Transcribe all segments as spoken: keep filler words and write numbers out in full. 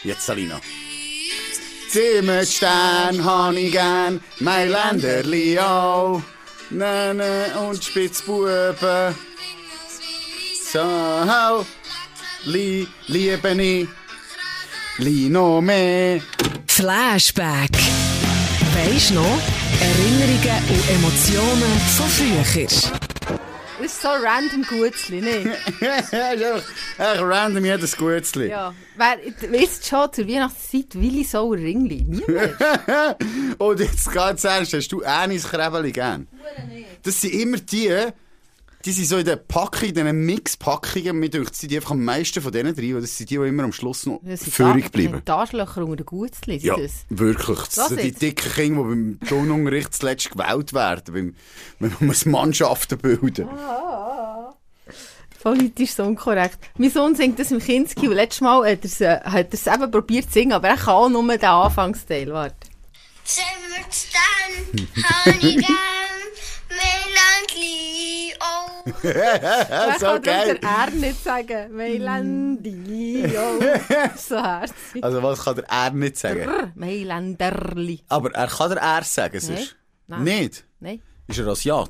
Jetzt Salina. Zimmerstern habe ich gern, Mailänderli auch. Nene und Spitzbuben. So, li, liebe ich, li noch mehr. Flashback. Weisst noch? Erinnerungen und Emotionen von früher. Das ist so random Gutzli, nicht? Ja, ist einfach, einfach random jedes Gutzli. Ja. Wer wisst schon, zur Weihnachtszeit Willi so ein Ringli? Niemand. Und jetzt ganz ernst, hast du Anis Krebeli gern? Das sind immer die, die sind so in den Packungen, in diesen Mix-Packungen, mir denkt, sind die einfach am meisten von denen drin, weil das sind die, die immer am Schluss noch führig bleiben. Die Arschlöcher unter den Gutzli, ja, das? wirklich. Das sind die dicken Kinder, die beim Turnunterricht zuletzt gewählt werden, beim, wenn man Mannschaften bilden. Ah. Politisch so unkorrekt. Mein Sohn singt das im Kinski und letztes Mal hat er es eben probiert zu singen, aber er kann auch nur den Anfangsteil. Warte. Zimmerstern, habe ich gern, Melancholie, oh. Ja, so geil. Der R nicht sagen. Meilandi, oh. So herzig. Also was kann der R nicht sagen? Meiländerli. Aber er kann der R sagen, sonst? Nein. Nicht? Nein. Ist er Asiat?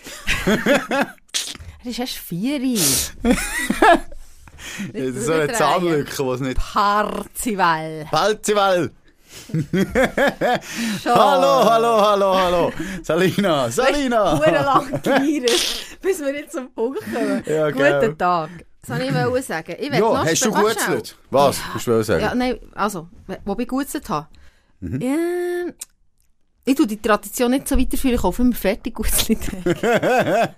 Er ist erst vier. Das ist so eine Zahnlücke, die es nicht... Parzival. Parzival! Hallo, hallo, hallo, hallo. Salina, Salina. Weißt, lang gefeiert, bis wir jetzt zum Punkt kommen. Ja, Guten genau. Tag. Das wollte ich sagen. Ich will Ja, noch hast du schnell- gegutzelt? Was? Ja. Willst du sagen? Ja, nein, also, wo ich gegutzelt habe. Mhm. Ja, ich tue die Tradition nicht so weiterführen, ich hoffe, wir fertig gegutzelt haben.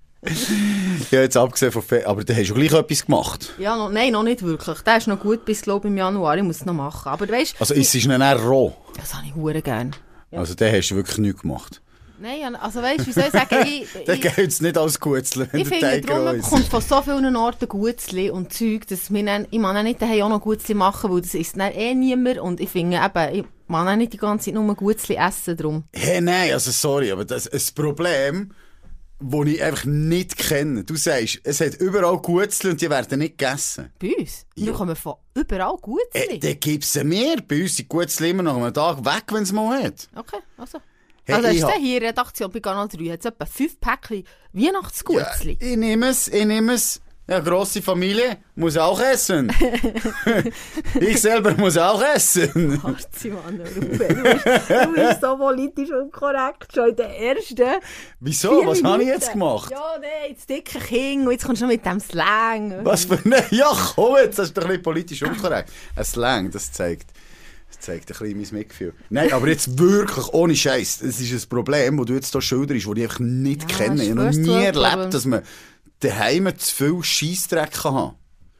Ja, jetzt abgesehen von Fe- aber da hast du gleich etwas gemacht. Ja, noch, nein, noch nicht wirklich. Der ist noch gut bis, glaube ich, im Januar. Ich muss es noch machen. Aber weißt, also ist es dann roh? Das habe ich hure gerne. Ja. Also den hast du wirklich nichts gemacht? Nein, also weißt du, wie soll ich sagen, ich... Dann geht es nicht als Gutzli, wenn ich der finde, Teig darum roh ist. kommt von so vielen Orten Gutzli und Zeug, dass wir dann, ich kann auch nicht daheim auch noch Gutzli machen, weil das isst dann eh niemand. Und ich finde eben, ich kann auch nicht die ganze Zeit nur Gutzli essen drum. Hey, nein, also sorry, aber das ist ein Problem, das ich einfach nicht kenne. Du sagst, es hat überall Gutzli und die werden nicht gegessen. Bei uns? Ja. Wir kommen von überall Gutzli. Äh, dann gibt es mehr. Bei uns sind Gutzli immer nach einem Tag weg, wenn es mal hat. Okay, also... Hey, also ist ha- der hier in der Redaktion bei Kanal drei, hat es etwa fünf Päckchen Weihnachtsgutzli. Ja, ich nehme es, ich nehme es. Ja, grosse Familie muss auch essen. Ich selber muss auch essen. Mann, Ruben, du bist, du bist so politisch unkorrekt, schon in der ersten. Wieso? Was habe ich Minuten. jetzt gemacht? Ja, nein, das dicke Kind, und jetzt kommst du noch mit dem Slang. Was für eine... Ja, komm jetzt, das ist doch nicht politisch unkorrekt. Ein Slang, das zeigt... Das zeigt ein bisschen mein Mitgefühl. Nein, aber jetzt wirklich, ohne Scheiß. Das ist ein Problem, das du jetzt hier schilderst, das ich einfach nicht Ja, kenne. Ich habe noch schwör's nie zu, erlebt, aber- dass man daheim zu viel Scheissdreck haben kann.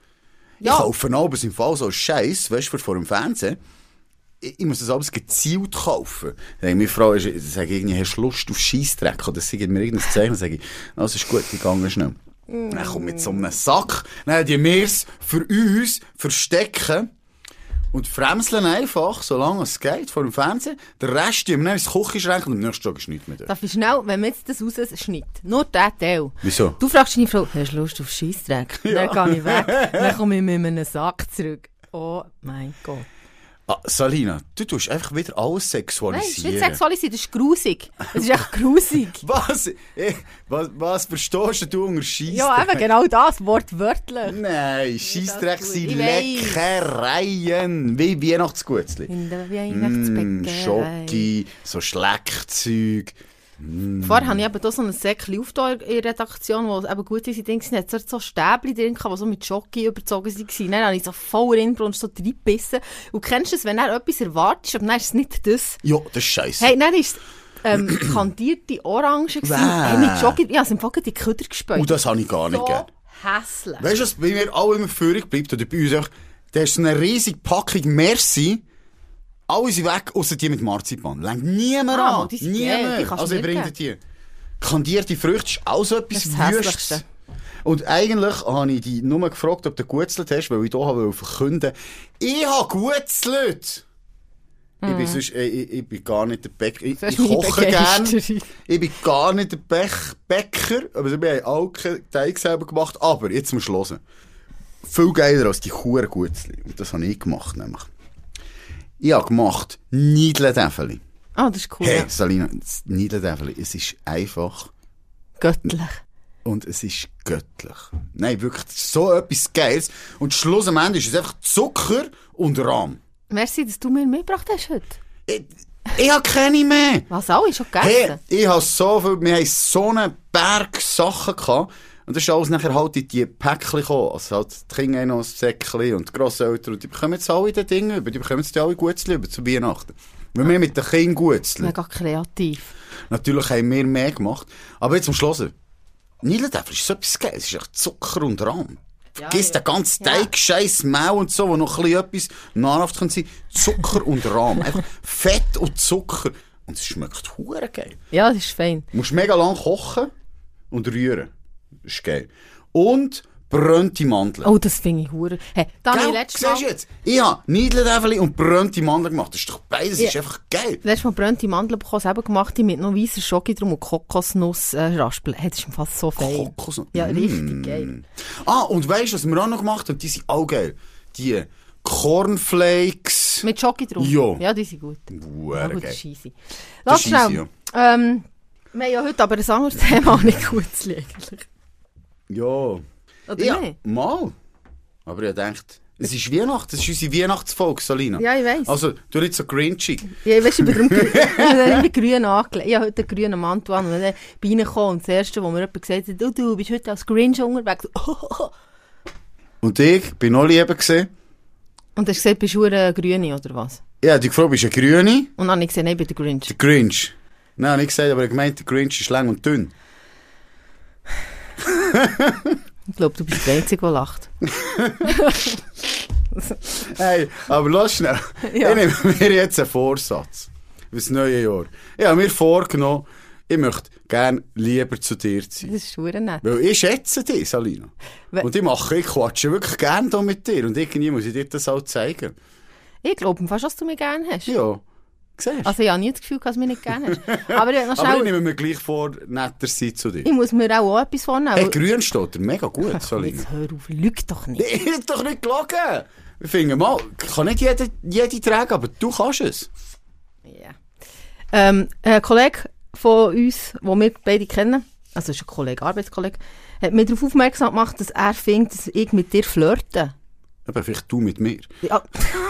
Ja. Ich kaufe abends im Fall so Scheiß, weißt du, vor dem Fernsehen. Ich, ich muss das abends gezielt kaufen. Dann meine Frau ist, sage ich, hast du Lust auf Scheissdreck? Oder sie gibt mir irgendein Zeichen, dann sage ich, das ist gut, ich gehe schnell. Mm. Dann kommt mit so einem Sack, dann haben die mir es für uns verstecken und fremseln einfach, solange es geht, vor dem Fernsehen. Der Rest, die haben dann ins Küchenschrank und am nächsten Tag ist nichts mehr da. Darf ich schnell, wenn man jetzt das rausschneidet, nur der Teil. Wieso? Du fragst deine Frau, hast du Lust auf Scheissdreck? Ja. Dann gehe ich weg, dann komme ich mit einem Sack zurück. Oh mein Gott. Ah, Salina, du tust einfach wieder alles Nein, das ist sexualisieren. nicht sexualisiert, das ist grusig. Das ist echt grusig. Was? Eh, was? Was verstehst du unter Scheissdreck? Ja, eben genau das, wortwörtlich. Nein, Scheissdreck gut. sind Ich weiss. Leckereien. Wie Weihnachtsgutzli. In der Mm, Weihnachtsbäckerei. Schoki, so Schleckzeug. Vorher habe ich eben hier so ein Säckchen aufgetan in der Redaktion, wo eben gut ist. Ich denke, es hat so Stäbchen drin, die so mit Schoki überzogen waren. Dann habe ich so voll reingebracht und so reingebissen. Und kennst du es, wenn du etwas erwartest, aber dann ist es nicht das? Ja, das ist scheisse. Hey, dann ist es ähm, kandierte Orange gewesen. Hey, mit Schoki. Ich habe es im Fall in die Köder gespäut. Und das habe ich gar nicht so gern. hässlich. Weißt du, was bei mir auch immer führig bleibt? Oder bei uns einfach, da ist so eine riesige Packung Merci. Alle sind weg, außer die mit Marzipan. Längt niemand Ah, an. die sind geil, die Niemand. kannst du Also ich mir bringe geben. die. Kandierte Früchte ist auch so etwas Das ist das Wüstes. Hässlichste. Und eigentlich habe ich dich nur gefragt, ob du gegutzelt hast, weil ich hier habe verkünden, ich habe gegutzelt. Mm. Ich bin sonst, ich, ich, ich bin gar nicht der Bäcker. Ich, Das ich ist meine koche gern. Begeisterung. Ich bin gar nicht der Bech- Bäcker. Aber wir haben auch keinen Teig selber gemacht. Aber jetzt musst du hören. Viel geiler als die Huren Gutzli. Und das habe ich gemacht, nämlich. Ich habe gemacht Niedeldäffeli. Ah, das ist cool. Hey, Ja. Salina, das Niedeldäffeli, es ist einfach Göttlich. und es ist göttlich. Nein, wirklich, das ist so etwas Geiles. Und Schluss am Ende ist es einfach Zucker und Rahm. Merci, dass du mir mitgebracht hast heute. Ich, ich habe keine mehr. Was auch? Ist schon gegessen? Hey, ich habe so viel, wir haben so einen Berg Sachen gehabt. Und das ist alles nachher halt in die Päckchen gekommen. Also halt die Kinder haben noch ein Säckchen und die Grosseltern. Und die bekommen jetzt alle die Dinge über. Die bekommen jetzt alle Gutzli über zu Weihnachten. Weil wir mit den Kindern Gutzli. Mega kreativ. Natürlich haben wir mehr gemacht. Aber jetzt am Schluss. Niedeldäffel ist so etwas Geiles. Es ist echt Zucker und Rahm. Vergiss ja. den ganzen Ja. Teig, Scheiß, Mehl und so, wo noch ein bisschen etwas nahrhaft kann sein. Zucker und Rahm. Einfach Fett und Zucker. Und es schmeckt hure geil. Ja, das ist fein. Du musst mega lang kochen und rühren. Das ist geil. Und brannte Mandeln. Oh, das finde ich hure. Hey, da habe ich Gell? letztes Siehst du Mal, jetzt? Ich habe Niedeldäffeli und brannte Mandeln gemacht. Das ist doch beides, Ja. ist einfach geil. letztes Mal brannte Mandeln bekommen, selber gemacht, die mit noch weißer Schoki drum und Kokosnuss äh, raspeln. Hey, das ist fast so fein. Kokos. Ja, Mm. richtig geil. Ah, und weißt du, was wir auch noch gemacht haben? Die sind auch geil. Die Cornflakes. Mit Schoki drum? Ja. Ja, die sind gut. Hure Ja, gut, geil. das ist easy. Das Lass ist easy, schnell. Ähm, wir haben ja heute aber ein anderes Thema auch nicht gut zu liegen. Ja. Oder Ja, nicht? mal. Aber ich dachte, es ist Weihnachten, es ist unsere Weihnachtsfolge, Salina. Ja, ich weiss. Also, du nicht so grinchig. Ja, ich weiss, ich bin darum grün, ich bin immer grün angelegt. Ich habe heute einen grünen Mantel an und dann bin ich reingekommen und das Erste, wo mir jemand gesagt hat, du, du bist heute als Grinch unterwegs. Und ich bin noch lieber gesehen. Und hast du gesagt, bist du eine Grüne oder was? Ja, die Frau bist eine Grüne, Und dann habe ich gesagt, nein, ich bin der Grinch. der Grinch. Nein, nicht gesagt, aber ich gemeint, der Grinch ist lang und dünn. Ich glaube, du bist der Einzige, der lacht. Hey, aber lass schnell. Ja. Ich nehme mir jetzt einen Vorsatz. Für das neue Jahr. Ich habe mir vorgenommen, ich möchte gerne lieber zu dir sein. Das ist verdammt nett. Weil ich schätze dich, Salina. We- Und ich mache, ich quatsche wirklich gerne hier mit dir. Und irgendwie muss ich dir das auch zeigen. Ich glaube fast, dass du mich gerne hast. Ja. Siehst du? Also ich habe nie das Gefühl, dass du mich nicht gerne hast. Aber ich, will noch Aber ich schnell, nehme mir gleich vor, netter sein zu dir. ich muss mir auch, auch etwas vornehmen. Hey, grün steht dir mega gut, Salina. Jetzt hör auf, lüg doch nicht. Ich hab doch nicht gelogen. Ich finde mal, kann nicht jede, jede tragen, aber du kannst es. Ja. Ähm, ein Kollege von uns, den wir beide kennen, also ist ein Kollege, Arbeitskollege, hat mich darauf aufmerksam gemacht, dass er findet, dass ich mit dir flirte. Aber vielleicht du mit mir. Ja.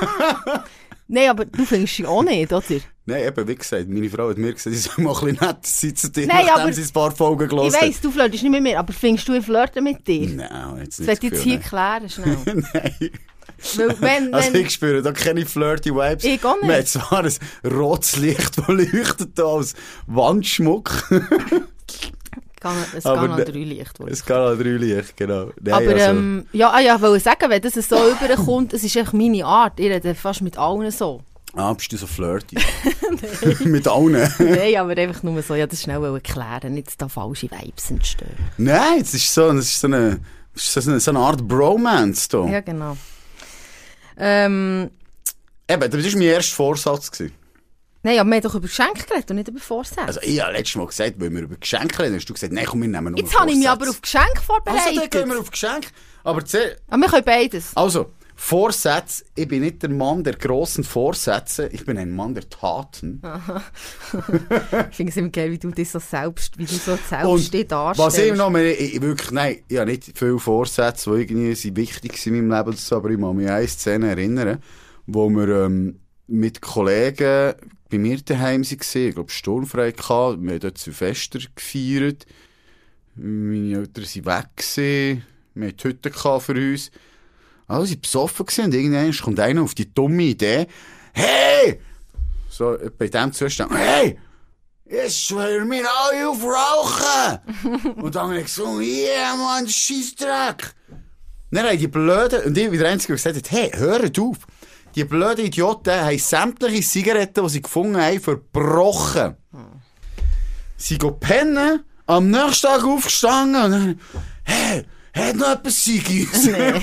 Nein, aber du findest sie auch nicht, oder? Nein, eben, wie gesagt, meine Frau hat mir gesagt, ich soll mal ein bisschen nett sein zu dir, Nein, nachdem aber- sie ein paar Folgen Ich gehört hat. weiss, du flirtest nicht mit mir, aber findest du, ich flirte mit dir? Nein, jetzt Das nicht werde ich jetzt hier Gefühl, klären, schnell. nein. Nein. Weil, wenn, Also wenn, ich spüre da keine flirty Vibes. Ich auch nicht. Man hat zwar ein rotes Licht, das leuchtet da als Wandschmuck. Kann, es Aber kann an ne- drei Licht worden. Es geht an drei Licht, genau. Nein, Aber also, ähm, ja, ah, ja, ich wollte sagen, wenn das so überkommt, es ist echt meine Art. Ich rede fast mit allen so. ah, bist du so flirty? Mit allen? Nein, aber einfach nur so, ja, das schnell erklären, nicht dass da falsche Vibes entstehen. Nein, es ist so, es ist so eine, es ist so eine, so eine Art Bromance da. Ja, genau. Ähm, Eben, das war mein erster Vorsatz gewesen. nein, aber wir haben doch über Geschenke geredet und nicht über Vorsätze. Also ich habe letztes Mal gesagt, weil wir über Geschenke reden, hast du gesagt, nein, komm, wir nehmen nur Jetzt habe ich mich aber Vorsätze. auf Geschenke Also, dann vorbereitet. gehen wir auf Geschenke. Aber zuerst, aber wir können beides. also, Vorsätze, ich bin nicht der Mann der grossen Vorsätze, ich bin ein Mann der Taten. Ich finde es immer geil, wie du dich so selbst, wie du so selbst Und dich darstellst. was ich noch mehr, ich, ich wirklich, nein, ich habe nicht viele Vorsätze, die irgendwie sind wichtig sind in meinem Leben, so, aber ich kann mich an eine Szene erinnern, wo wir ähm, mit Kollegen bei mir daheim waren, ich glaube sturmfrei gehabt, wir haben dort Silvester gefeiert, meine Eltern waren weg gewesen, wir hatten Hütte gehabt für uns, alle waren besoffen gewesen und irgendwann kommt einer auf die dumme Idee, hey! So, bei dem Zustand, hey! Jetzt hören wir alle auf rauchen! Und dann habe ich gesagt, yeah, Mann, Scheissdreck! Dann haben die Blöden, und ich wieder der Einzige, der gesagt hat, hey, hört auf! Die blöden Idioten haben sämtliche Zigaretten, die sie gefunden haben, verbrochen. Sie gehen pennen, am nächsten Tag aufgestanden und dann, hey, hat noch etwas Sigis? Nein.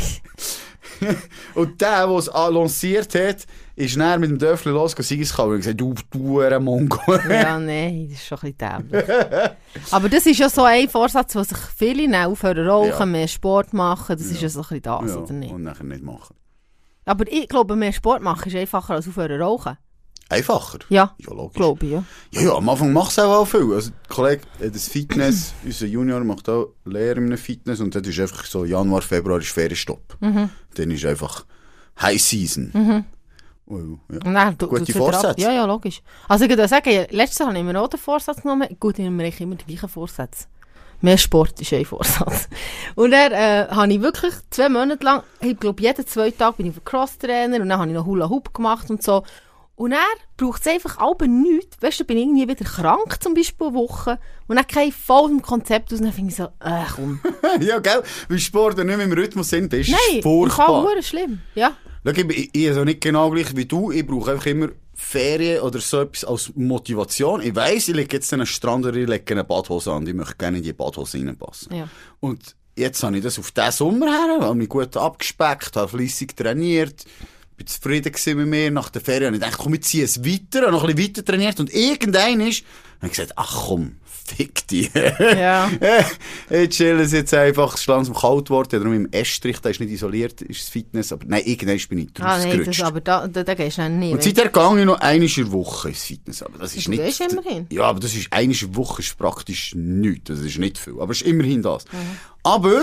Und der, der es lanciert hat, ist dann mit dem Dörfli losgegangen, Sigis kaufen und gesagt, du, du, ein Mongo. Ja, nein, das ist schon ein bisschen dämlich. Aber das ist ja so ein Vorsatz, wo sich viele nehmen, aufhören rauchen, Ja. mehr Sport machen, das ist Ja. ja so ein bisschen das, Ja, oder nicht? und nachher nicht machen. Aber ich glaube, mehr Sport machen ist einfacher als aufhören rauchen. Einfacher? Ja, Ja, logisch. glaube ich, ja. Ja, ja, am Anfang macht es auch, auch viel. Also, der Kollege, äh, das Fitness, unser Junior macht auch Lehre in einem Fitness und dann ist einfach so Januar, Februar ist Ferienstopp. Mhm. Dann ist einfach High Season. Mhm. Oh, ja. Und dann, du, Gute du Vorsätze. Ja, ja, logisch. Also ich würde sagen, letztes Jahr habe ich mir auch den Vorsatz genommen. Gut, ich nehme mir immer die gleichen Vorsätze. Mehr Sport ist ein Vorsatz. Und dann äh, habe ich wirklich zwei Monate lang, ich glaube, jeden zwei Tage bin ich für Crosstrainer und dann habe ich noch Hula Hoop gemacht und so. Und dann braucht es einfach alle nichts. Weißt du, dann bin ich irgendwie wieder krank, zum Beispiel eine Woche. Und dann gehe ich voll im Konzept aus und dann finde ich so, äh, komm. Ja, gell? Weil Sport nicht mehr im Rhythmus sind, bist Nein, ist furchtbar. Nein, ist schlimm. Ja. Schau, ich, ich, ich also nicht genau gleich wie du. Ich brauche einfach immer Ferien oder so etwas als Motivation. Ich weiss, ich lege jetzt einen Strand oder ich lege eine Badhose an. Ich möchte gerne in die Badhose reinpassen. Ja. Und jetzt habe ich das auf diesen Sommer her, habe mich gut abgespeckt, habe fleissig trainiert, bin zufrieden gewesen mit mir. Nach der Ferien habe ich gedacht, komm, ich ziehe es weiter, habe noch ein bisschen weiter trainiert und irgendein ist, habe ich gesagt, ach komm, fick dich. Ja. Ich chill es jetzt einfach, es ist langsam kalt geworden, darum im Estrich, der ist nicht isoliert, ist das Fitness, aber nein, irgendwann bin ich Ah, nein, rausgerutscht. das, aber da, da, da gehst du dann nicht. Und seither gehe ich noch einmal in der Woche ins Fitness, aber das ist Du nicht... gehst immerhin. Ja, aber das ist, einmal in der Woche ist praktisch nichts, das ist nicht viel, aber es ist immerhin das. Mhm. Aber...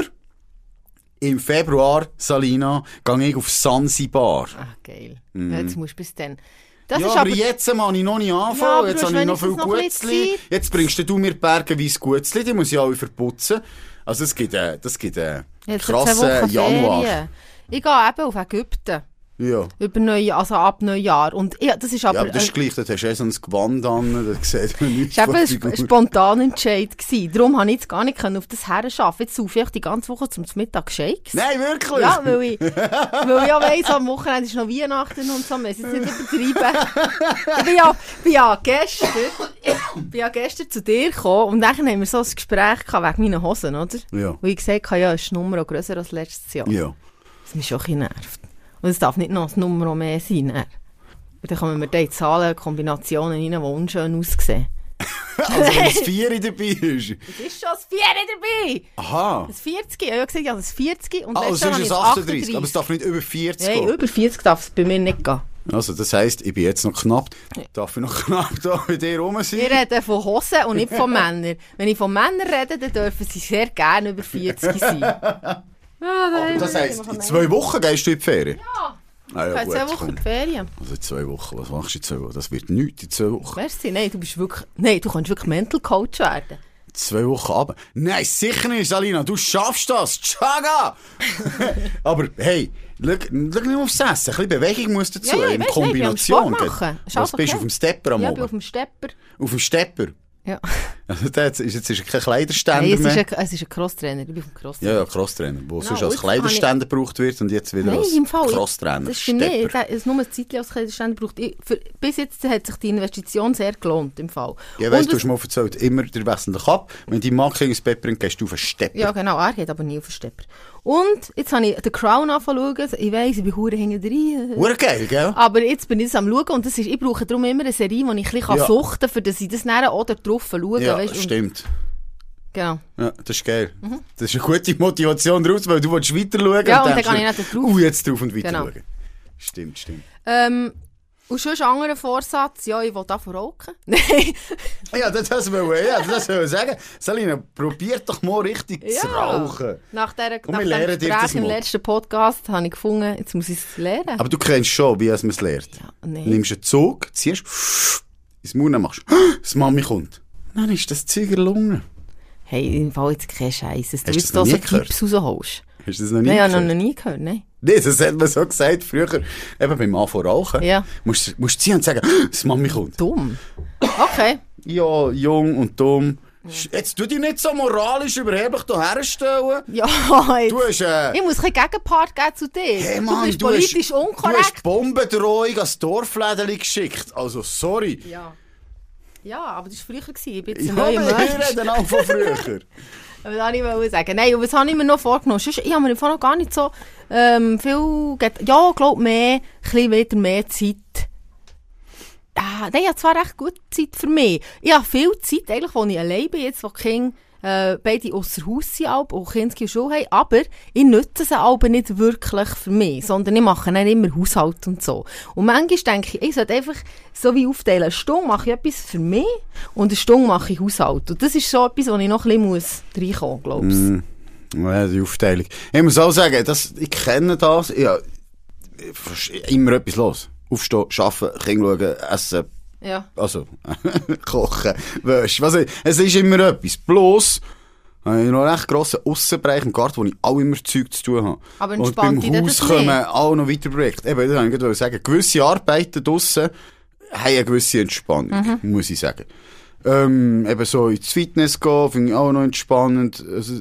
Im Februar, Salina, gehe ich auf Sansibar. Ah, geil. Mhm. Ja, jetzt musst du bis dann. Das ja, ist aber, aber jetzt kann ich noch nicht anfangen. Ja, aber jetzt du habe hast ich noch viel wenigstens noch ein bisschen Gutzli. Zeit. Jetzt bringst du mir bergenweise Gutzli, die muss ich alle verputzen. Also es gibt, äh, das gibt äh, Jetzt zwei krassen Wochen Januar. Ferien. Ich gehe eben auf Ägypten. Ja. Über Neujahr, also ab Neujahr. Und ja, das ist aber... Ja, aber das ist gleich, da hast du eh so ein Gewand an, da sieht man nichts Das war von eben Figur. ein spontaner Entscheid gewesen. Darum konnte ich jetzt gar nicht auf das herarbeiten. Jetzt saufe ich die ganze Woche zum Mittag Shakes. Nein, wirklich? Ja, weil ich, weil ich ja weiss, am Wochenende ist noch Weihnachten und so, wir müssen jetzt nicht übertreiben. Ich bin ja, bin ja gestern, bin ja gestern zu dir gekommen und dann haben wir so ein Gespräch gehabt wegen meinen Hosen, oder? Ja. Wo ich gesagt habe, ja, ist die Nummer auch grösser als letztes Jahr. Ja. Das mich schon ein bisschen nervt. Und es darf nicht noch eine Nummer mehr sein. Ne? Und dann kommen wir da in Zahlen, Kombinationen rein, die unschön aussehen. Also wenn das Vier dabei ist. Es ist schon das Vier dabei! Aha. Das vierzig, ich habe ja gesagt, ja, das vierzig. Und Ah, letztes also Jahr ist es habe ich das achtunddreißig, aber es darf nicht über vierzig Nein, gehen. über vierzig darf es bei mir nicht gehen. Also das heisst, ich bin jetzt noch knapp, darf ich noch knapp da bei dir rum sein? Wir reden von Hosen und nicht von Männern. Wenn ich von Männern rede, dann dürfen sie sehr gerne über vierzig sein. Ah, Aber das heisst, in zwei Wochen gehst du in die Ferien? Ja, Ah, ich ja, habe zwei Wochen komm. die Ferien. Also in zwei Wochen, was machst du in zwei Wochen? Das wird nichts in zwei Wochen. Merci, nein, du bist wirklich... Nein, du kannst wirklich Mental Coach werden. Zwei Wochen runter. Nein, sicher nicht, Salina, du schaffst das. Tschagga! Aber hey, schau, schau nicht aufs Essen. Ein bisschen Bewegung muss dazu, Ja, ja, in ich weiss, Kombination. ich will Sport machen. Ist Was alles bist du okay. auf dem Stepper am Ja, ich Morgen? bin auf dem Stepper. Auf dem Stepper? Ja. Also das ist, jetzt ist er kein Kleiderständer Nein, es ist, mehr. ein, es ist ein Crosstrainer. Ich bin auf dem Crosstrainer. Ja, ja, Crosstrainer, wo Genau, sonst als jetzt Kleiderständer gebraucht wird und jetzt wieder Nein, als im Fall. Crosstrainer. Das stimmt nicht. Stepper. Es ist nur ein Zeitchen als Kleiderständer gebraucht. Ich, für, bis jetzt hat sich die Investition sehr gelohnt, im Fall. Ja, weißt Und du, es- hast mal erzählt, immer der wesentlich ab. Wenn die Marke ins Bett bringt, gehst du auf einen Stepper. Ja, genau. Er hat aber nie auf den Stepper. Und jetzt habe ich The Crown angeschaut. Ich weiss, ich bin hure hinten drin. Hure geil, gell? Aber jetzt bin ich es am schauen und das ist, ich brauche darum immer eine Serie, die ich ein bisschen Ja. suchten kann, für dass ich das dann auch da drauf schaue. Ja, weißt, und- stimmt. Genau. Ja, das ist geil. Das ist eine gute Motivation daraus, weil du willst weiter schauen. Ja, und dann denkst gehe dir, ich nicht drauf. Uh, jetzt drauf und weiter Genau. schauen. Stimmt, stimmt. Ähm, und sonst ein anderer Vorsatz, ja, ich will da verrauchen. Nein. Ja, das will ich, ja, das will ich sagen. Salina, probier doch mal richtig zu rauchen. Nach, der, Komm, nach wir dem lernen dir das Gespräch im mal. letzten Podcast habe ich gefunden, jetzt muss ich es lernen. Aber du kennst schon, wie man es lernt. Ja, nein. Nimmst einen Zug, ziehst ins Mund, dann machst das Mami kommt. Dann ist das Zeug in der Lunge. Hey, im Fall jetzt kein Scheiß, dass du Hast du jetzt das da noch so nie gehört? Tipps rausholst. Hast du das noch nie Nein, ich habe gehört? noch nie gehört, nein. Nee, das hat man so gesagt früher. Eben beim Anfang rauchen. Ja. Musst du ziehen und sagen, das Mami kommt. Dumm. Okay. Ja, jung und dumm. Jetzt tu dich nicht so moralisch überheblich hierher stellen. Ja, jetzt. Du hast, äh, Ich muss keinen Gegenpart geben zu dir. hey du Mann, bist du politisch hast, du unkorrekt. hast Bombendrohung ans Dorflädeli geschickt. Also, sorry. Ja. Ja, aber das war früher. gewesen. Ich bin jetzt Ich ein neuer habe Mensch. reden auch von früher. Aber das wollte ich sagen. Nein, und was habe ich mir noch vorgenommen? Sonst, ich habe mir im Fall noch gar nicht so ähm, viel... Get- ja, ich glaube mehr, ein bisschen wieder mehr Zeit. Ah, nein, ich habe zwar recht gute Zeit für mich. Ich habe viel Zeit, eigentlich, wo ich allein bin, jetzt, wo die Kinder Äh, beide ausser Haus sind auch, auch Kinski und Schule haben. Aber ich nutze sie aber nicht wirklich für mich, sondern ich mache dann immer Haushalt und so. Und manchmal denke ich, ich sollte einfach so wie aufteilen. Eine Stunde mache ich etwas für mich und eine Stunde mache ich Haushalt. Und das ist so etwas, wo ich noch ein bisschen reinkommen muss, glaube ich. Mm. Ja, die Aufteilung. Ich muss auch sagen, das, ich kenne das. Ja, immer etwas los. Aufstehen, arbeiten, Kinder schauen, essen. Ja. Also, kochen, wäschen. Was, es ist immer etwas. Bloß, habe ich noch einen recht grossen Aussenbereich im Garten, wo ich auch immer Zeug zu tun habe. Aber und entspannt beim dich Haus das kommen nicht? auch noch weitere Projekte. Eben, das wollte ich gerade sagen. Gewisse Arbeiten draussen haben eine gewisse Entspannung, Mhm. muss ich sagen. Ähm, eben so ins Fitness gehen, finde ich auch noch entspannend. Also,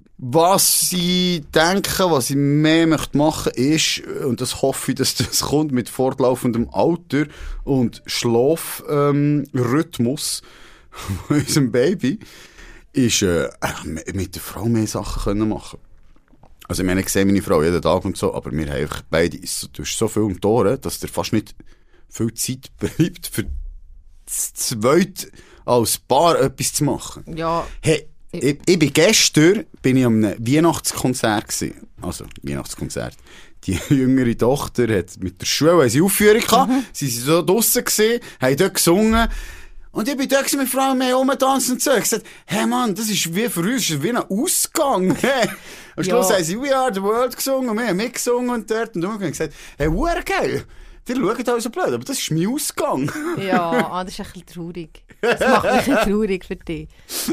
was ich denke, was ich mehr möchte machen ist, und das hoffe ich, dass das kommt mit fortlaufendem Alter und Schlafrhythmus ähm, Rhythmus von unserem Baby, ist äh, mit der Frau mehr Sachen können machen. Also ich meine, ich sehe meine Frau jeden Tag und so, aber wir haben einfach beide, du hast so viel um die Ohren, dass dir fast nicht viel Zeit bleibt, für das Zweite als Paar etwas zu machen. Ja. Hey, ich, ich bin gestern bin ich an einem Weihnachtskonzert gewesen. Also, Weihnachtskonzert. Die jüngere Tochter hat mit der Schule eine Aufführung gehabt. Mhm. Sie waren so draussen gewesen, haben dort gesungen. Und ich bin da mit Frauen mehr rumtanzen und so. Ich hab gesagt, hey Mann, das ist wie für uns, das ist wie ein Ausgang. Hey. Am Schluss Ja. haben sie We Are the World gesungen und wir haben mitgesungen und dort. Und dann haben gesagt, hey, hure geil. Die schauen alle so blöd, aber das ist mein Ausgang. Ja, ah, das ist ein bisschen traurig. Das macht mich ein bisschen traurig für dich.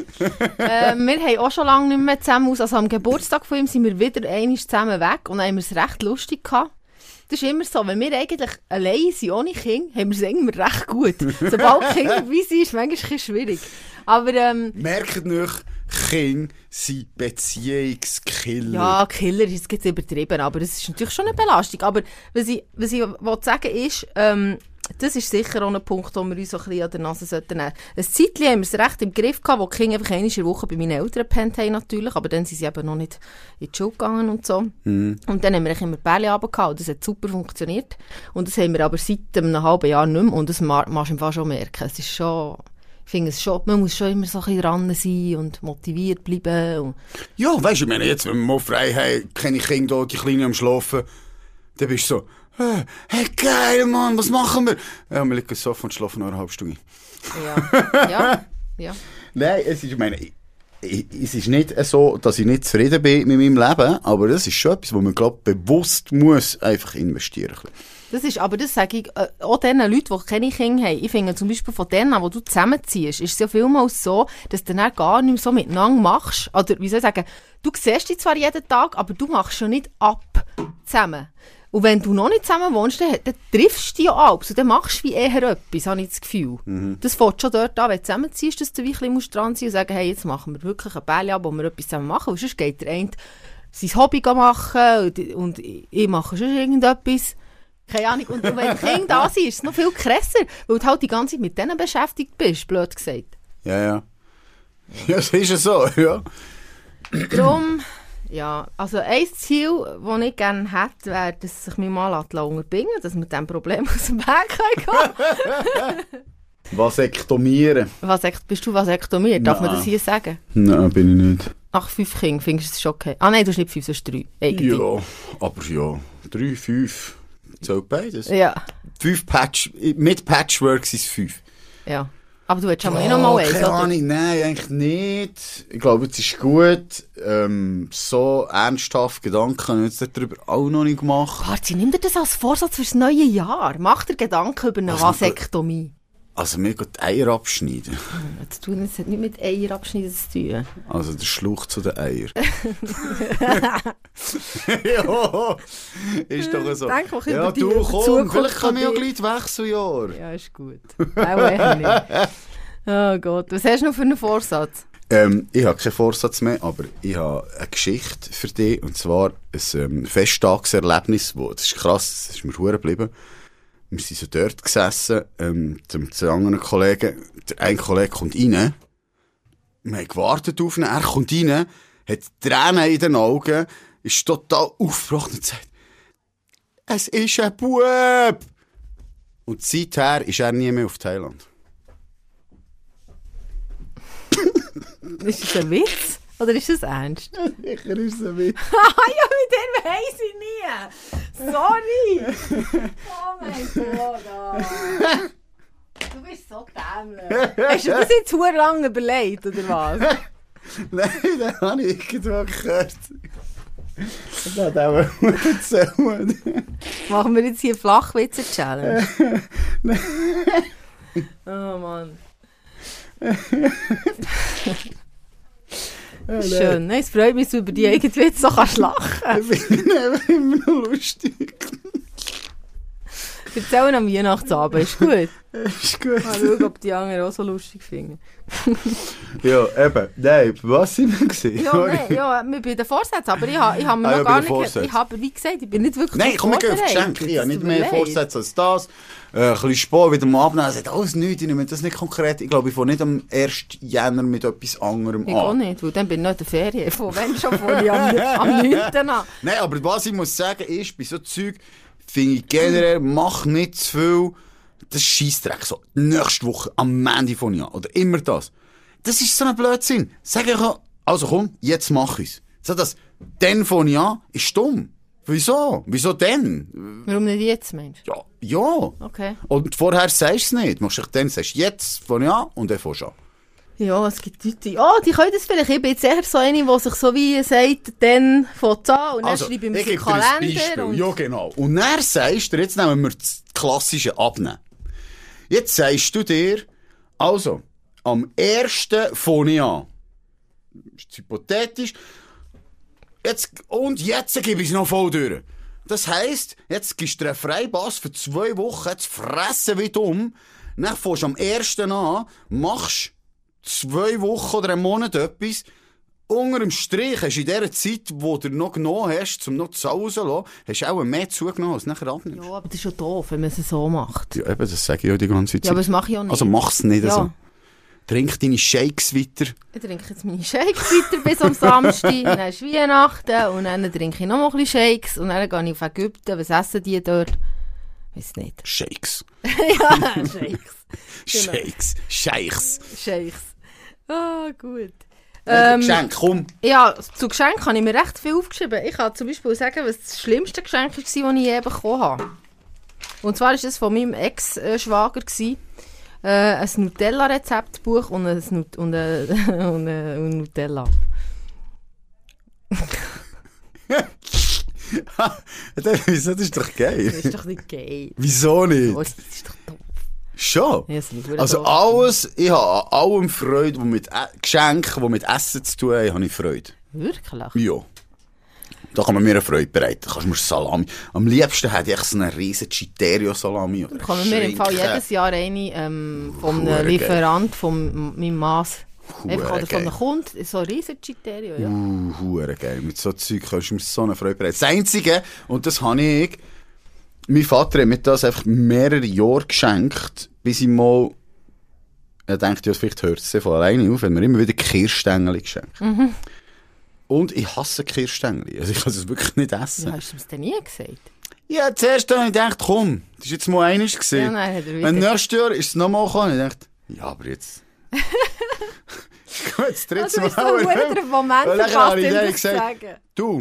äh, wir haben auch schon lange nicht mehr zusammen aus. Also am Geburtstag von ihm sind wir wieder einmal zusammen weg und dann haben wir es recht lustig gehabt. Das ist immer so, wenn wir eigentlich allein sind, ohne Kind, haben wir es immer recht gut. Sobald Kinder dabei sind, ist es manchmal ein bisschen schwierig. Aber ähm, Merkt nicht, Kinder sind Beziehungskiller. ja, Killer ist jetzt übertrieben, aber es ist natürlich schon eine Belastung. Aber was ich, was ich will sagen ist, ähm, das ist sicher auch ein Punkt, wo wir uns so ein bisschen an der Nase sollten nehmen. Ein Zeitchen haben wir es recht im Griff gehabt, wo die Kinder einfach einmal in der Woche bei meinen Eltern gepennt haben natürlich, aber dann sind sie eben noch nicht in die Schule gegangen und so. Mhm. Und dann haben wir immer die Bälle runtergehauen und das hat super funktioniert. Und das haben wir aber seit einem halben Jahr nicht mehr und das ma- machst du im Fall schon merken. Es ist schon... Ich finde es schon, man muss schon immer so ein bisschen dran sein und motiviert bleiben. Und Ja, weisst du, ich meine, jetzt, wenn wir mal frei haben, kenne ich Kinder, die Kleinen am Schlafen, dann bist du so, hey, hey geil, Mann, was machen wir? Ja, wir liegen so und schlafen noch eine halbe Stunde. ja, ja, ja. Nein, es ist, ich meine, ich, ich, es ist nicht so, dass ich nicht zufrieden bin mit meinem Leben, aber das ist schon etwas, wo man, glaube ich, bewusst muss einfach investieren muss. Das ist, aber das sage ich äh, auch den Leuten, die keine Kinder haben. Ich finde zum Beispiel von denen, die du zusammenziehst, ist es ja vielmals so, dass du dann gar nicht mehr so miteinander machst. Oder wie soll ich sagen, du siehst dich zwar jeden Tag, aber du machst schon nicht ab zusammen. Und wenn du noch nicht zusammen wohnst, dann, dann triffst du dich ja ab. Und dann machst du wie eher etwas, habe ich das Gefühl. Mhm. Das fängt schon dort an, wenn du zusammenziehst, dass du wie ein bisschen dran sein musst und sagen, hey, jetzt machen wir wirklich ein Bälle ab, wo wir etwas zusammen machen. Und sonst geht der eine sein Hobby machen und, und ich mache schon irgendetwas. Keine Ahnung. Und, und wenn die Kinder da sind, ist es noch viel krasser, weil du halt die ganze Zeit mit denen beschäftigt bist, blöd gesagt. Ja, ja. Ja, das ist ja so, ja. Darum, ja, also ein Ziel, das ich gerne hätte, wäre, dass sich mein Mann unterbringen lässt, dass wir diesem Problem aus dem Weg gehen. Vasektomieren. Was, bist du vasektomiert? Darf man das hier sagen? Nein, bin ich nicht. Nach fünf Kindern findest du es schon okay? Ah nein, du hast nicht fünf, du hast drei. Eigentlich. Ja, aber ja. Drei, fünf. Zählt beides. Ja. Fünf Patch, mit Patchwork sind es fünf. Ja. Aber du hättest schon mal eh noch mal eins, keine oder? Ahnung, nein, eigentlich nicht. Ich glaube, es ist gut. Ähm, so ernsthaft Gedanken habe ich jetzt darüber auch noch nicht gemacht. Barzi, nimm dir das als Vorsatz fürs neue Jahr. Mach dir Gedanken über eine Also, Vasektomie. Also, mir geht die Eier abschneiden. Das tun jetzt nicht mit Eier abschneiden zu tun. Also, der Schluch zu den Eiern. Ja, ist doch so. Denk doch Ja, über die- du, über die komm, Zukunft vielleicht von kommen wir ja dir. gleich die Wechseljahr. Ja, ist gut. Auch eher nicht. Oh Gott, was hast du noch für einen Vorsatz? Ähm, ich habe keinen Vorsatz mehr, aber ich habe eine Geschichte für dich, und zwar ein ähm, Festtagserlebnis, wo, das ist krass, das ist mir verdammt geblieben. Wir sind so dort gesessen, ähm, zum, zu anderen Kollegen, der eine Kollege kommt rein, wir haben gewartet auf ihn, er kommt rein, hat Tränen in den Augen, ist total aufgebracht und sagt, es ist ein Bub! Und seither ist er nie mehr auf Thailand. Ist das ein Witz? Oder ist das ernst? Sicher ist es mit. Ah ja, mit dem weiss ich nie. Sorry. Oh mein Gott. Oh. Du bist so dämlich. Hast du das jetzt verdammt lange überlegt, oder was? Nein, das habe ich irgendwo gehört. Das hat auch mal erzählt. Machen wir jetzt hier Flachwitze-Challenge? Oh Mann. Schön. Nein, es freut mich, dass du über die eigenen Witze so kannst lachen. Ich finde es immer noch lustig. Erzähl am Weihnachtsabend, ist gut. Ist gut. Mal schauen, ob die anderen auch so lustig finden. Ja, eben. Nein, was sind wir gesehen? Ja, nein, ja, wir bei den Vorsätzen, aber ich habe ich hab mir Ah, noch ja, bei gar den nicht... Vorsätzen. Ich habe, wie gesagt, ich bin nicht wirklich Nein, komm, wir gehen auf vorbereitet. Geschenke. Ich habe Es nicht tut mir mehr leid. Vorsätze als das. Äh, ein bisschen Sport wieder mal abnehmen. Das hat alles nichts. Ich nehme das nicht konkret. Ich glaube, ich fange nicht am ersten Jänner mit etwas anderem Ich auch an. nicht, weil dann bin ich noch in der Ferien. Von wenn schon vor ich am, am neunten an. Nein, aber was ich muss sagen ist, bei so Zeug finde ich generell, mach nicht zu viel. Das ist Scheissdreck. So, nächste Woche am Ende von Jahr. Oder immer das. Das ist so ein Blödsinn. Sag ich auch, also komm, jetzt mach ich's. So das, dann von Jahr ist dumm. Wieso? Wieso denn? Warum nicht jetzt, Mensch? Ja, ja. Okay. Und vorher sagst du es nicht. Machst du dann, sagst du jetzt von Jahr und dann von schon. Ja, es gibt Leute, die, oh, die können das vielleicht. Ich bin jetzt eher so eine, die sich so wie sagt, dann fängt es an und dann Also, schreibe ich mir ich so gebe dir ein Kalender. Beispiel. Und Ja, genau. Und dann sagst du, jetzt nehmen wir das klassische Abnehmen. Jetzt sagst du dir, also, am ersten von Jahr, ist hypothetisch, jetzt, und jetzt gebe ich es noch voll durch. Das heisst, jetzt gibst du dir einen Freipass für zwei Wochen, jetzt fressen wie dumm, dann fängst du am ersten an, machst zwei Wochen oder einen Monat etwas, unter dem Strich hast du in der Zeit, wo du noch genommen hast, um noch die Sau rauszulassen, hast du auch mehr zugenommen, als du nachher abnimmst. ja, aber das ist schon doof, wenn man es so macht. Ja, eben, das sage ich ja die ganze Zeit. Ja, aber das mache ich auch nicht. Also mach's nicht Ja. so. Trink deine Shakes weiter. Ich trinke jetzt meine Shakes weiter bis am Samstag, dann ist Weihnachten und dann trinke ich noch mal ein bisschen Shakes und dann gehe ich auf Ägypten. Was essen die dort? Weiss nicht. Shakes. Ja, Shakes. Genau. Shakes. Shakes. Shakes. Ah, gut. Ähm, Ähm, Geschenk, komm. Ja, zu Geschenken habe ich mir recht viel aufgeschrieben. Ich kann zum Beispiel sagen, was das schlimmste Geschenk war, das ich je bekommen habe. Und zwar war das von meinem Ex-Schwager. Äh, ein Nutella-Rezeptbuch und ein, Nut und ein, und ein, und Nutella. Wieso? Das ist doch geil. Das ist doch nicht geil. Wieso nicht? Oh, das ist doch doof. Schon. Ja, das ist nicht Also doof. alles, ich habe an allem Freude, wo mit e Geschenken, die mit Essen zu tun haben, habe ich Freude. Wirklich? Ja. Da kann man mir eine Freude bereiten. Da kannst du mir Salami. Am liebsten hätte ich so eine riesen Citerio-Salami. Oder Bekommen wir im Fall Schinken. jedes Jahr eine ähm, von Hure einem geil. Lieferant von meinem Maß. Hure Einfach oder von geil. einem Kunden. So ein riesen Citerio, ja. Uh, hure geil. Mit so Zeug kannst du mir so eine Freude bereiten. Das Einzige, und das habe ich, mein Vater hat mir das einfach mehrere Jahre geschenkt, bis ich mal, er denkt, ja, vielleicht hört es von alleine auf, wenn mir immer wieder Kirschstängel geschenkt. Mhm. Und ich hasse Kirschstängel. Also ich kann es wirklich nicht essen. Ja, hast du es denn nie gesagt? Ja, zuerst habe ich gedacht, komm, das war jetzt mal eines Ja, gewesen. nein, hat er wieder. Wenn nächstes Jahr ist es nochmal gekommen, ich dachte, ja, aber jetzt. Gut, das dritte Also, Mal. ist so ein guter Moment, Weil nachher verpasst, habe ich ihm dann das zu gesagt, sagen. du,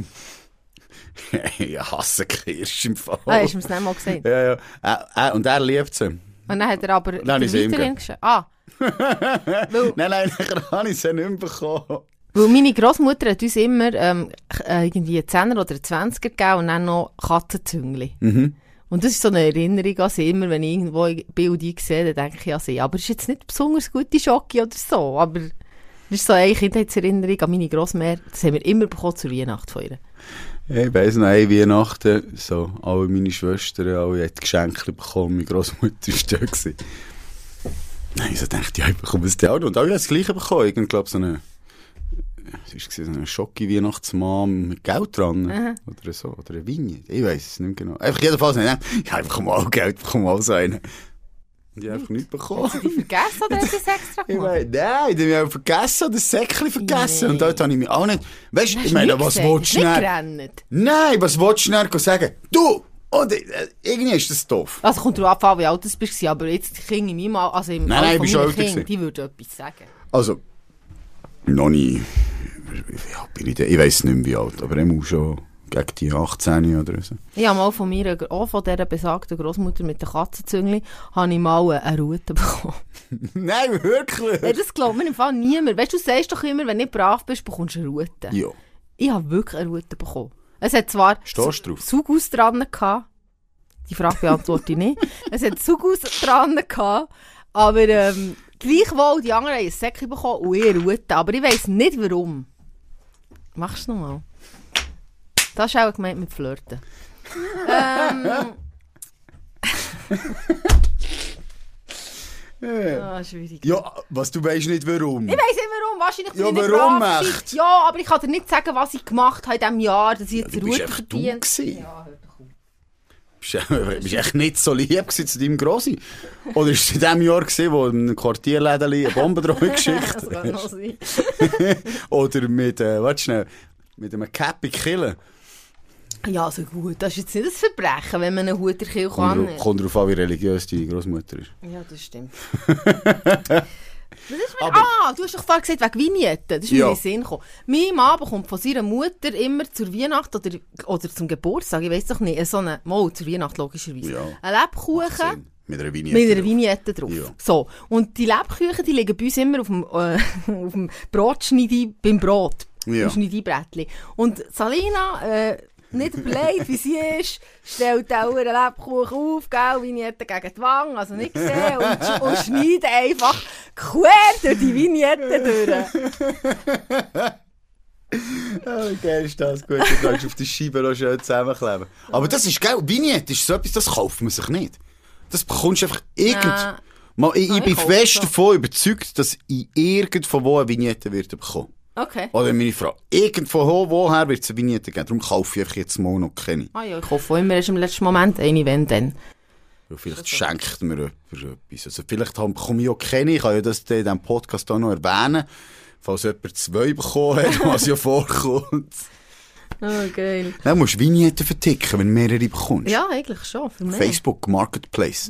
ich hasse Kirsch im Fall. Ah, hast du mir das nicht mal gesagt? Ja, ja. Äh, äh, und er liebt sie. Und dann hat er aber Dann habe ich sie ihm weiterhin geschenkt. Ah. weil, Nein, nein, dann habe ich sie nicht mehr bekommen. weil meine Grossmutter hat uns immer ähm, äh, irgendwie einen Zehner oder einen Zwanziger gegeben und dann noch Katzenzüngli. Mhm. Und das ist so eine Erinnerung an sie. Immer wenn ich irgendwo Bilder sehe, dann denke ich an sie. Aber es ist jetzt nicht besonders gute Schocke oder so. Aber das ist so eine Kindheitserinnerung an meine Grossmutter. Das haben wir immer bekommen zur Weihnacht von ihr. Ich weiss noch, eine Weihnachten, so, alle meine Schwestern, alle haben Geschenke bekommen, meine Grossmutter war da gewesen. Nein, ich so dachte, ja, ich bekomme es auch noch. Und alle haben das Gleiche bekommen. Ich glaube, so eine, was war das, so eine Schocke-Weihnachtsmann mit Geld dran. Aha. Oder so, oder eine Vignette. Ich weiss es nicht mehr genau. Einfach jedenfalls nicht. Ja, ich bekomme auch Geld, ich bekomme auch so einen. Und ich habe einfach nichts bekommen. Hast du die vergessen oder hast du es extra Ich gemacht? meine, nein, die haben vergessen oder das Säckchen vergessen. Nein. Und dort habe ich mich auch nicht... Weißt du, Hast ich du meine, nicht was gesagt? willst du Hast du schnell... nicht gerannt? Nein, was willst du schnell sagen? Du! Und äh, irgendwie ist das doof. Also kommt drauf an, wie alt du bist, aber jetzt die Kinder in meinem Alter, also im Nein, Alter nein, von ich bin meinen schon älter Kindern, gewesen. die würden etwas sagen. Also, noch nie wie alt bin ich denn? Ich weiss nicht mehr wie alt, aber ich muss schon gegen die achtzehn oder so. Ich habe mal von mir, auch von dieser besagten Großmutter mit den Katzenzüngli, habe ich mal eine Rute bekommen. Nein, wirklich? Hey, das glaubt mir im Fall niemand. Weißt du, du sagst doch immer, wenn du nicht brav bist, bekommst du eine Rute. Ja. Ich habe wirklich eine Rute bekommen. Es hat zwar Stehst du drauf? Saugaus dran gehabt. Die Frage beantworte ich nicht. Es hat Saugaus dran gehabt. Aber ähm, gleichwohl, die anderen haben ein Säckchen bekommen und ich eine Rute. Aber ich weiss nicht warum. Machst du es nochmal? Das ist auch gemeint mit Flirten. ähm... Ah, schwierig. Ja, was, du weisst nicht warum? Ich weiss nicht warum, wahrscheinlich Ja, bin ich warum brav echt? gewesen. Ja, aber ich kann dir nicht sagen, was ich gemacht habe in diesem Jahr, dass ich jetzt Ja, du Ruhe bist einfach du verdient. gewesen. Ja, hör doch auf. Bist du bist echt nicht so lieb gewesen zu deinem Grossi? Oder ist es in dem Jahr gewesen, wo in einem Quartierläden eine Bombe drauf geschickt Das kann noch sein. Oder mit, äh, warte schnell, mit einem Cappy killen? Ja, also gut, das ist jetzt nicht ein Verbrechen, wenn man einen Hut in der Kirche Kommt, kann. kommt darauf an, wie religiös deine Großmutter ist. Ja, das stimmt. Das ist mir, Aber- ah, du hast doch vorhin gesagt, wegen Vignetten. Das ist mir Ja. in den Sinn gekommen. Mein Mann bekommt von seiner Mutter immer zur Weihnacht oder, oder zum Geburtstag, ich weiss doch nicht, so eine, mal zur Weihnacht logischerweise, Ja. einen Lebkuchen Sinn. Mit einer Vignette. mit einer drauf. Vignette drauf. Ja. So. Und die Lebkuchen, die liegen bei uns immer auf dem, äh, auf dem Brotschneidi, beim Brot. Ja. Im Schneidibrettli. Und Salina, äh, nicht blöd, wie sie ist, stellt auch einen Lebkuchen auf, gell, Vignette gegen die Wange, also nicht gesehen, und, und schneidet einfach quer durch die Vignette durch. Oh, geil ist das. Gut, du kannst auf die Scheibe noch schön zusammenkleben. Aber das ist geil. Vignette ist so etwas, das kauft man sich nicht. Das bekommst du einfach irgend... Ja. Mal, ich, Nein, ich bin ich kaufe fest schon. davon überzeugt, dass ich irgendwo wo eine Vignette werde bekommen. Okay. Oder meine Frau. Irgendwo woher wird es eine Vignette geben. Darum kaufe ich einfach jetzt mal noch keine. Ah ja, ich hoffe auch immer erst im letzten Moment eine, wenn dann. Ja, vielleicht schenkt mir jemand etwas. Also vielleicht habe- bekomme ich auch keine. Ich kann ja das in diesem Podcast auch noch erwähnen. Falls jemand zwei bekommen hat, was ja vorkommt. Oh, geil. Dann musst du Vignetten verticken, wenn du mehrere bekommst. Ja, eigentlich schon. Für mich. Facebook Marketplace.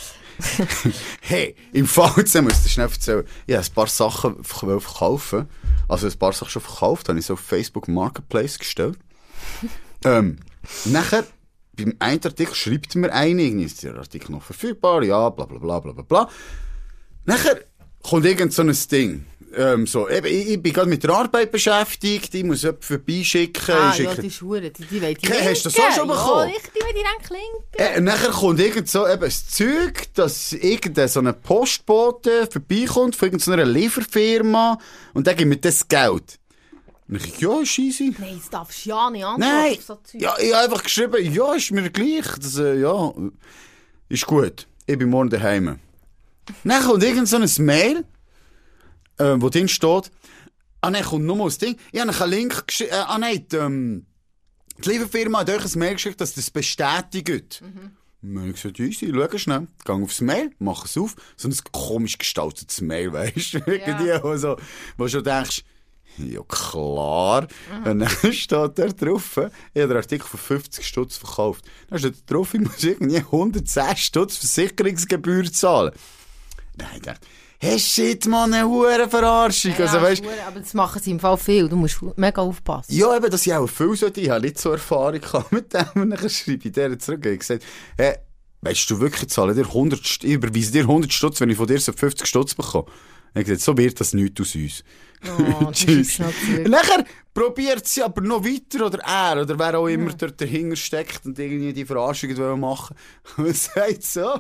Hey, im Fall, jetzt musst du schnell erzählen, ich habe ein paar Sachen verk- verkaufen. Also ein paar Sachen schon verkauft, habe ich so auf Facebook Marketplace gestellt. ähm, nachher, beim einen Artikel schreibt mir einer, irgendwie ist der Artikel noch verfügbar, ja, bla bla bla bla bla bla. Nachher kommt irgend so ein Ding. Ähm, so, eben, ich, ich bin gerade mit der Arbeit beschäftigt, ich muss jemanden vorbeischicken. Ah, ich ja, schicke- die Schuhe, die, die wollen die Okay, linken. hast du das auch schon bekommen? Ja, ich, die wollen die dann klinken. Äh, und nachher kommt irgend so eben das Zeug, dass irgendein so ein Postbote vorbeikommt von irgendeiner Lieferfirma und dann gibt mir das Geld. Und ich, ja, ist easy. Nein, das darfst du ja nicht antworten Nein, auf so Zeug. ja, ich habe einfach geschrieben, ja, ist mir gleich. Das, äh, ja, ist gut. Ich bin morgen daheim. Dann kommt irgend so ein Mail, äh, wo drin steht, ah nein, kommt nochmal das Ding, ich habe euch einen Link geschickt, äh, ah nein, die, ähm, die Lieferfirma hat euch ein Mail geschickt, dass das bestätigt. Mhm. Und dann habe ich gesagt, easy, schau schnell, geh aufs Mail, mach es auf, so ein komisch gestaltetes Mail, weißt du, irgendwie, wo, so, wo du schon denkst, ja klar. Mhm. Und dann steht da drauf, ich habe den Artikel für fünfzig Stutz verkauft. Dann steht da drauf, ich muss irgendwie hundertzehn Stutz Versicherungsgebühr zahlen. Dann habe ich gedacht, hey shit, Mann, eine hure Verarschung. Ja, also, weißt, Schuhe, aber das machen sie im Fall viel. Du musst mega aufpassen. ja, eben, dass ich auch viel sollte. Ich habe nicht so Erfahrung gehabt mit dem. Und dann schreibe ich der zurück. Ich habe gesagt, hey, weißt du wirklich, ich zahle dir hundert, St- ich überweise dir hundert Stutz, wenn ich von dir so fünfzig Stutz bekomme. Ich habe gesagt, so wird das nichts aus uns. Oh, Tschüss. das ist Und nachher probiert sie aber noch weiter, oder er, oder wer auch immer dort dahinter steckt und irgendwie die Verarschung machen will. Und sagt so,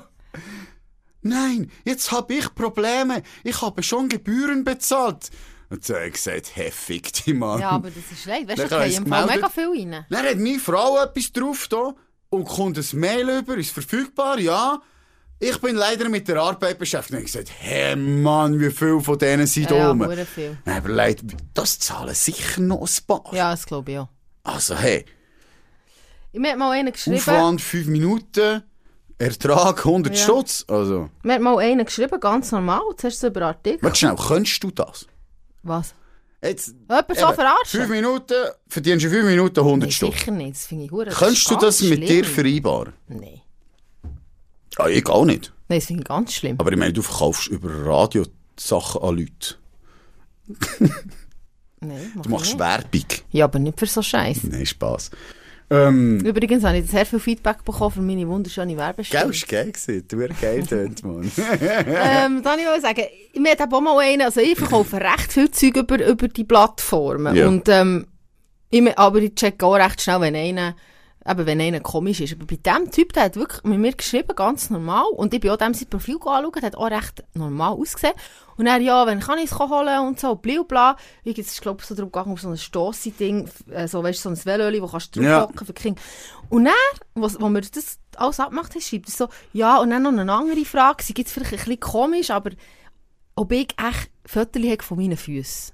nein, jetzt habe ich Probleme. Ich habe schon Gebühren bezahlt. Und so habe ich gesagt, hey, fick dich, Mann. Ja, aber das ist leid. Weißt du, Dann da habe gehen ich im es Fall gemeldet. mega viel rein. Dann hat meine Frau etwas drauf da und kommt ein Mail über, ist verfügbar, ja. Ich bin leider mit der Arbeit beschäftigt. Und ich gesagt, hey Mann, wie viele von denen sind Ja, da ja, rum? hure viel. Dann habe ich überlegt, das zahlen sicher noch ein paar. Ja, das glaube ich auch. Also hey, Ich habe mal einen geschrieben. Aufwand fünf Minuten, Ertrag hundert Ja. Stutz. Also, Mir hat mal einen geschrieben, ganz normal. Zuerst so über Artikel. warte schnell, könntest du das? Was? Jetzt, Jemand so eben, verarschen? fünf Minuten, verdienst du fünf Minuten hundert Nein, Stutz. sicher nicht. Das finde ich hure. Könntest du das mit dir vereinbaren? Nein. Ja, ich auch nicht. Nein, das finde ich ganz schlimm. Aber ich meine, du verkaufst über Radio Sachen an Leute. Nein, mach Du machst ich nicht. Werbung. Ja, aber nicht für so Scheiß. Nein, Spass. Ähm, Übrigens habe ich sehr viel Feedback bekommen für meine wunderschöne Werbestimme. Gell, ist geil gewesen. Du hast geil tönt, Mann. ähm, dann ich will sagen, mir hat auch mal einen, also ich verkaufe recht viel Zeug über, über die Plattformen. Ja. Und, ähm, ich, me- aber ich checke auch recht schnell, wenn einer, eben wenn einer komisch ist. Aber bei dem Typ, der hat wirklich mit mir geschrieben, ganz normal. Und ich bin auch dem sein Profil anschauen, der hat auch recht normal ausgesehen. Und er, ja, wenn kann ich es holen und so, bla bla. Ich jetzt, glaube ich, so darum gegangen, auf so ein Stossi-Ding, äh, so, weißt du, so ein Velöli, wo kannst du draufhocken Ja. für die Kinder. Und er, wo, wo mir das alles abgemacht hat, schreibt er so, ja, und dann noch eine andere Frage, sie gibt es vielleicht ein bisschen komisch, aber ob ich echt Fotos habe von meinen Füßen.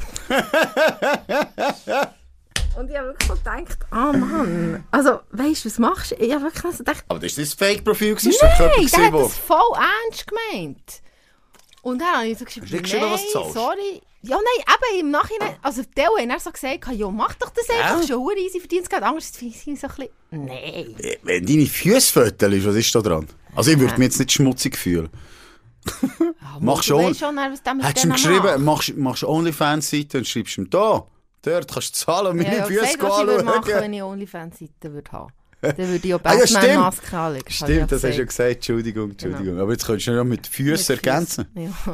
Und ich habe wirklich so gedacht, ah Mann, also, weißt du, was machst du? Ich habe wirklich so gedacht, Aber das war das Fake-Profil, das nein, war der jemand, hat der... das voll ernst gemeint. Und dann habe ich so geschrieben, Hast du nicht geschrieben, nein, was du zahlst? sorry. Ja, nein, eben im Nachhinein, also der hat dann so gesagt, ja, mach doch das einfach, Ja. schon hure easy verdient Geld. Anders finde ich so ein bisschen, nein. Wenn deine Füße fötelst, was ist da dran? Also ich würde mich jetzt nicht schmutzig fühlen. Ja, Machst du schon- weißt schon, was der mit Hättest du ihm denen geschrieben, macht. machst, machst OnlyFans-Seite und schreibst ihm da, dort kannst du zahlen und meine Ja, Füße gesagt, was ich würde machen, anschauen. wenn ich OnlyFans-Seite würde haben. Dann würde ich auch Ah, ja, stimmt. Batman-Maske anlegen. habe ich Stimmt, das hast du ja gesagt. gesagt. Entschuldigung, Entschuldigung. Aber jetzt könntest du ja mit Füßen Mit ergänzen. Füssen. Ja,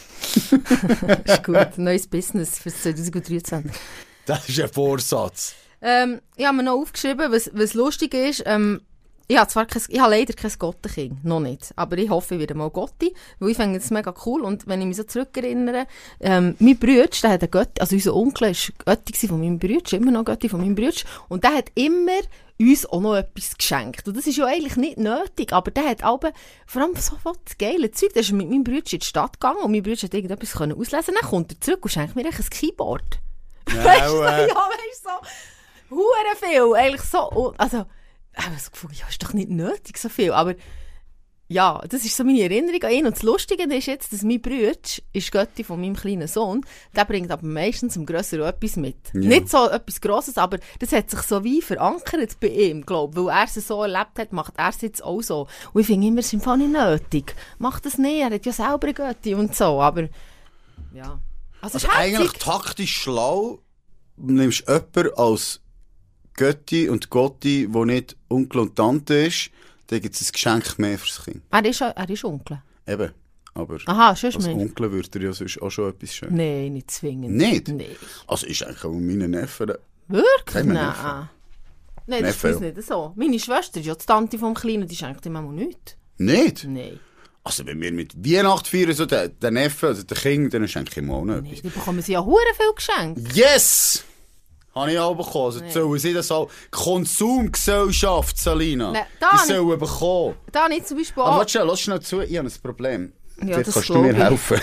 also. Ist gut. Neues Business für zwanzig dreiundzwanzig. Das ist ein Vorsatz. Ähm, ich habe mir noch aufgeschrieben, was, was lustig ist. Ähm, ich habe zwar kein, ich habe leider kein Gottenkind, noch nicht. Aber ich hoffe, ich werde mal Gotti, weil ich finde das mega cool. Und wenn ich mich so zurückerinnere, ähm, mein Bruder, der hat einen Götti, also unser Onkel war Götti von meinem Bruder, immer noch Götti von meinem Bruder. Und der hat immer uns auch noch etwas geschenkt. Und das ist ja eigentlich nicht nötig, aber der hat aber vor allem so das geile Zeug. Der ist mit meinem Bruder in die Stadt gegangen und mein Bruder hat irgendetwas können auslesen. Dann kommt er zurück und schenkt mir eigentlich ein Keyboard. Weißt du, äh, ja, weißt du, so, hure viel, eigentlich so, also, ich habe das Gefühl, ja, ist doch nicht nötig, so viel, aber, ja, das ist so meine Erinnerung an ihn. Und das Lustige ist jetzt, dass mein Bruder ist Götti von meinem kleinen Sohn, der bringt aber meistens im Grösseren etwas mit. Ja. Nicht so etwas Grosses, aber das hat sich so wie verankert bei ihm, glaube ich, weil er es so erlebt hat, macht er es jetzt auch so. Und ich finde immer, es ist im Fall nicht nötig. Macht das nicht, er hat ja selber einen Götti und so, aber, ja. Also, Also es ist herzig. eigentlich taktisch schlau, nimmst jemanden als Götti und Gotti, der nicht Onkel und Tante ist, dann gibt es ein Geschenk mehr fürs Kind. Er ist, er ist Onkel. Eben. Aber Aha, sonst als mehr. Onkel würde er ja sonst auch schon etwas schön. Nein, nicht zwingend. Nicht? Nein. Also ist eigentlich auch meine Neffen. Wirklich? Haben wir Nein. Neffen? Nein, das ist Neffen, bei uns nicht so. Meine Schwester ist ja die Tante vom Kleinen, die schenkt ihm auch nichts. Nicht? Nein. Also wenn wir mit Weihnachten feiern, so der, der Neffe, also der Kind, dann schenke ich ihm auch noch Nein, etwas. die bekommen sie ja hure viel geschenkt. Yes! Habe ich auch bekommen. Also Nee. sollen sie das auch... Konsumgesellschaft, Salina. Nein, da die habe ich- sollen bekommen. Da habe ich zum Beispiel Aber auch... warte schnell, lass schnell zu, ich habe ein Problem. Ja, Vielleicht das kannst du mir glaub ich. helfen.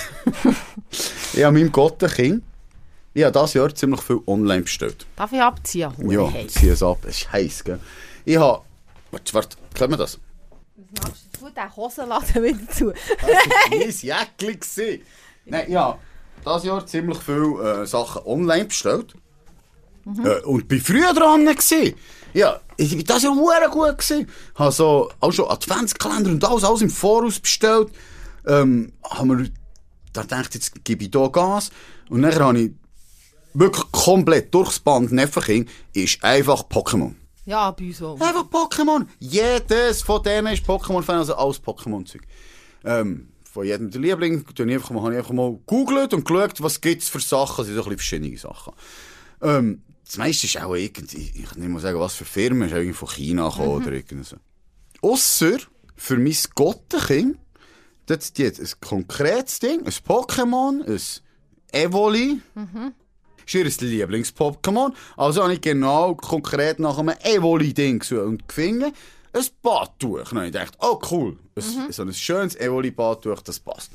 Ich habe meinem Gottenkind, ich habe dieses Jahr ziemlich viel online bestellt. Darf ich abziehen? Hure Ja, heiß. zieh es ab, es ist heiß, gell. Ich habe... Warte, warte, können wir das? Was machst du? Tu den Hosenladen wieder zu. Das war mein Jäckchen. gewesen. Nein, ja, dieses Jahr ziemlich viele äh, Sachen online bestellt. Mhm. Äh, und bin früher dran gewesen. Ja, ich war das Jahr verdammt gut gewesen. Habe so auch schon Adventskalender und alles, alles im Voraus bestellt. Ähm, haben wir, da dachte ich, jetzt gebe ich hier Gas. Und dann habe ich wirklich komplett durchs Band Neffenkind, ist einfach Pokémon. Ja, bei uns auch. Einfach Pokémon. Jedes von denen ist Pokémon-Fan, also alles Pokémon-Zeug. Ähm, von jedem der Liebling, habe ich einfach mal, habe ich einfach mal gegoogelt und geschaut, was gibt es für Sachen, es sind so ein bisschen verschiedene Sachen. Ähm, das meiste ist auch irgendwie, ich kann nicht mal sagen, was für Firmen, ist irgendwie von China gekommen oder irgendwie so. Ausser für mein Gottenkind, das hat ein konkretes Ding, ein Pokémon, ein Evoli. Ist ihr Lieblings-Pokémon. Also habe ich genau konkret nach einem Evoli-Ding gesucht und gefunden, ein Badtuch. Dann habe ich gedacht, oh cool, ein, Mhm. so ein schönes Evoli-Badtuch, das passt.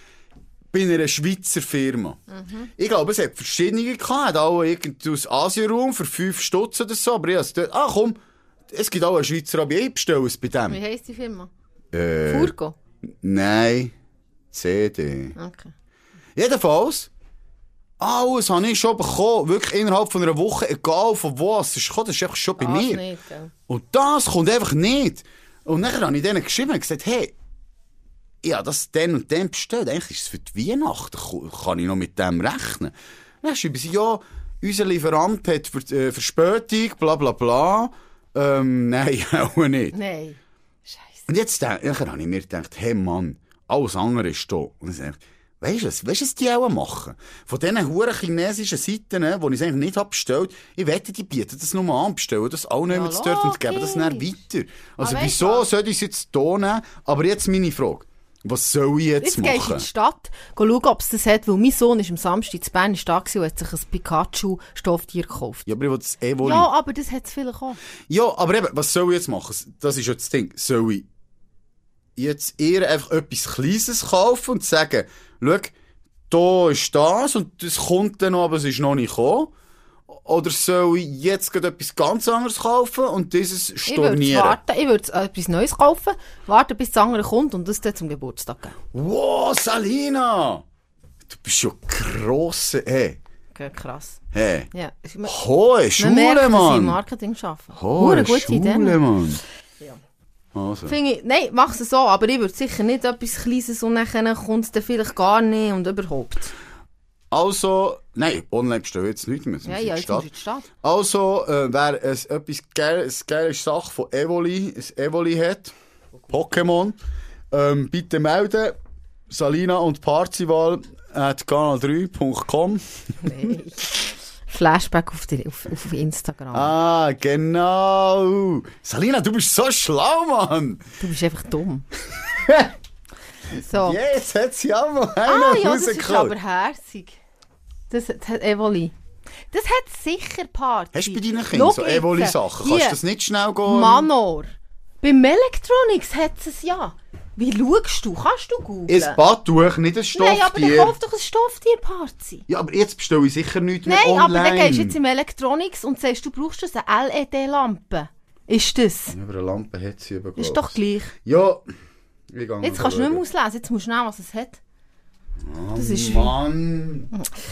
Bei einer Schweizer Firma. Mhm. Ich glaube, es hat verschiedene gehabt, hat auch irgendwie aus Asienraum für fünf Stutz oder so, aber ich habe gedacht, ah komm, es gibt auch einen Schweizer, aber ich bestelle es bei dem. Wie heisst die Firma? Äh, Furgo? Nein, C D. Okay. Jedenfalls, alles habe ich schon bekommen, wirklich innerhalb von einer Woche, egal von wo es ist gekommen, das ist einfach schon bei Das mir. nicht, gell? Und das kommt einfach nicht. Und dann habe ich denen geschrieben und gesagt, hey, ja, das dann und dann bestellt. Eigentlich ist es für die Weihnachten, kann ich noch mit dem rechnen. Dann schreiben sie, ja, unser Lieferant hat Ver äh, Verspätung, bla bla bla. Ähm, nein, auch nicht. Nein. Scheiße. Und jetzt dann, dann habe ich mir gedacht, hey Mann, alles andere ist da. Und ich sage, weisst du was, weisst du, was die auch machen? Von diesen huren chinesischen Seiten, die ich eigentlich nicht habe bestellt, ich wette, die bieten das nur an, bestellen das auch nicht mehr Ja, dort und geben das dann logisch. weiter. Also Aber weisst wieso was? soll ich es jetzt hier nehmen? Aber jetzt meine Frage. Was soll ich jetzt, Jetzt gehst du in machen? die Stadt, geh schauen, ob es das hat, weil mein Sohn ist am Samstag in Bern da und hat sich ein Pikachu-Stofftier gekauft. Ja, aber ich will das Evoli. Ja, aber das hat es vielleicht auch. Ja, aber eben, was soll ich jetzt machen? Das ist ja das Ding. Soll ich jetzt eher einfach etwas Kleines kaufen und sagen, schau, da ist das und das kommt dann noch, aber es ist noch nicht gekommen? Oder soll ich jetzt gerade etwas ganz anderes kaufen und dieses Ich würde stornieren? warten, ich würde etwas Neues kaufen, warten, bis das andere kommt und das dann zum Geburtstag geben. Wow, Salina! Du bist ja grosse, hey, Okay, krass. hey. Ja. Man Hohe merkt, Schule, dass sie im Mann! Marketing arbeiten. Hohe Hure gute Schule, Idee. Mann! Ja. Also. Finde ich, nein, mach es so, aber ich würde sicher nicht etwas Kleines und dann kommt es dann vielleicht gar nicht und überhaupt. Also, nein, online bestellen jetzt nicht mehr. Ja, ja, jetzt musst du in die Stadt. Also, äh, wer es etwas geil, eine geile Sache von Evoli, ein Evoli hat, Pokémon, ähm, bitte melden. Salina und Parzival at kanal drei punkt com. Nein. Flashback auf, die, auf, auf Instagram. Ah, genau. Salina, du bist so schlau, Mann. Du bist einfach dumm. So. Jetzt hat sie auch mal einen Ah ja, das ist rausgeklaut. aber herzig. Das, das hat Evoli. Das hat sicher Party. Hast du bei deinen Kindern so Schau jetzt, Evoli-Sachen? hier, Kannst du das nicht schnell gehen? Manor. Beim Electronics hat es ja. Wie schaust du? Kannst du googeln? Ein Badtuch, nicht ein Nein, aber dann Stofftier. kauf doch ein Stofftier-Party. Ja, aber jetzt bestelle ich sicher nichts mehr Nein, online. aber dann gehst du jetzt im Electronics und sagst, du brauchst das eine L E D-Lampe. Ist das? Über eine Lampe hat sie über. Ist doch gleich. Ja. Ich gehe Jetzt mal kannst du nicht schauen. mehr auslesen, jetzt musst du nehmen, was es hat. Das ist wie... Mann.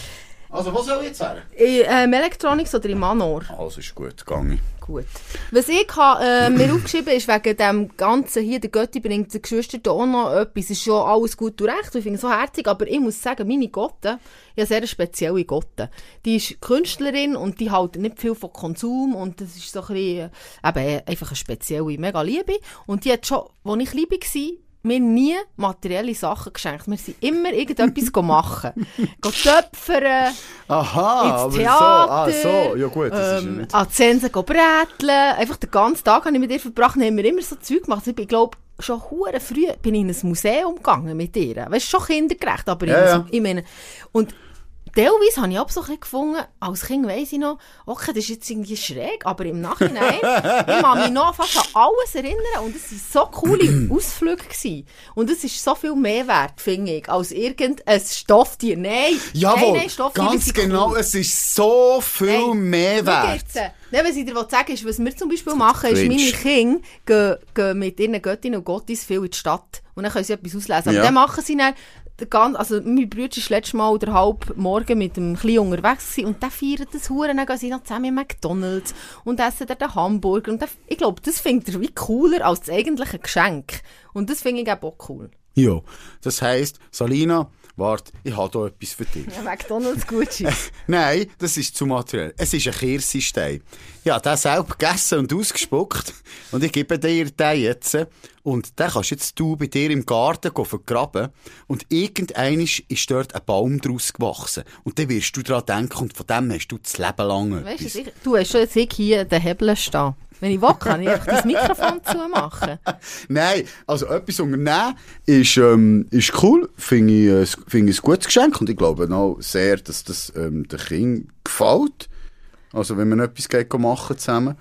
Also, was soll ich jetzt her? In ähm, Electronics oder im Manor? Also, ist gut, gegangen. Gut. Was ich habe, äh, mir aufgeschrieben ist, wegen dem Ganzen hier, der Götti bringt den Geschwistern auch noch etwas, ist schon alles gut und recht, ich finde es so herzig, aber ich muss sagen, meine Gotte, ich habe sehr eine spezielle Gotte. Die ist Künstlerin und die hält nicht viel von Konsum und das ist so ein bisschen, äh, eben, einfach eine spezielle, mega Liebe. Und die hat schon, als ich Liebe war, mir nie materielle Sachen geschenkt. Wir sind immer irgendetwas machen. Gehen töpfern, Aha, ins aber Theater, so. Ah, so. Ja gut, das ist ja ähm, nicht... an die Sense go bräteln. Einfach den ganzen Tag habe ich mit ihr verbracht und haben wir immer so Zeug gemacht. Ich glaube, schon hure früh bin ich in ein Museum gegangen mit ihr. Weißt du, schon kindergerecht, aber Ja, in ja. so, ich meine... Und teilweise habe ich auch so ein bisschen gefunden, als Kind weiss ich noch, okay, das ist jetzt irgendwie schräg, aber im Nachhinein, ich kann mich noch fast an alles erinnern und es waren so coole Ausflüge gewesen. Und es ist so viel mehr wert, finde ich, als irgendein Stofftier. Nein, Jawohl, nein, nein, Stofftiere ganz sind genau, cool. es ist so viel Hey, mehr Schau wert. jetzt, äh, nein, was ich dir sagen ist, was wir zum Beispiel machen, ist, cringe. meine Kinder gehen, gehen mit ihren Göttinnen und Gottis viel in die Stadt. Und dann können sie etwas auslesen. Aber Ja. dann machen sie dann, den gan- also mein Bruder war das letzte Mal der halb morgen mit dem Kleinen unterwegs gewesen, und der feiert das Huren. Dann gehen sie noch zusammen in McDonalds und essen dort den Hamburger. Und der, ich glaube, das findet er wie cooler als das eigentliche Geschenk. Und das finde ich eben auch cool. Ja, das heisst, Salina, warte, ich habe hier etwas für dich. Ja, McDonalds Gutschein. Nein, das ist zu materiell. Es ist ein Kirschstein. Ja, den selber gegessen und ausgespuckt. Und ich gebe dir den jetzt. Und den kannst jetzt du bei dir im Garten vergraben. Und irgendwann ist dort ein Baum draus gewachsen. Und dann wirst du daran denken und von dem hast du das Leben lang Weißt du, etwas. ich- du hast schon jetzt ich hier den Hebel stehen. Wenn ich will, kann ich einfach das Mikrofon zumachen. Nein, also etwas unternehmen ist, ähm, ist cool. Finde ich, äh, finde ich ein gutes Geschenk. Und ich glaube auch sehr, dass das ähm, den Kindern gefällt. Also wenn man etwas geht machen zusammen.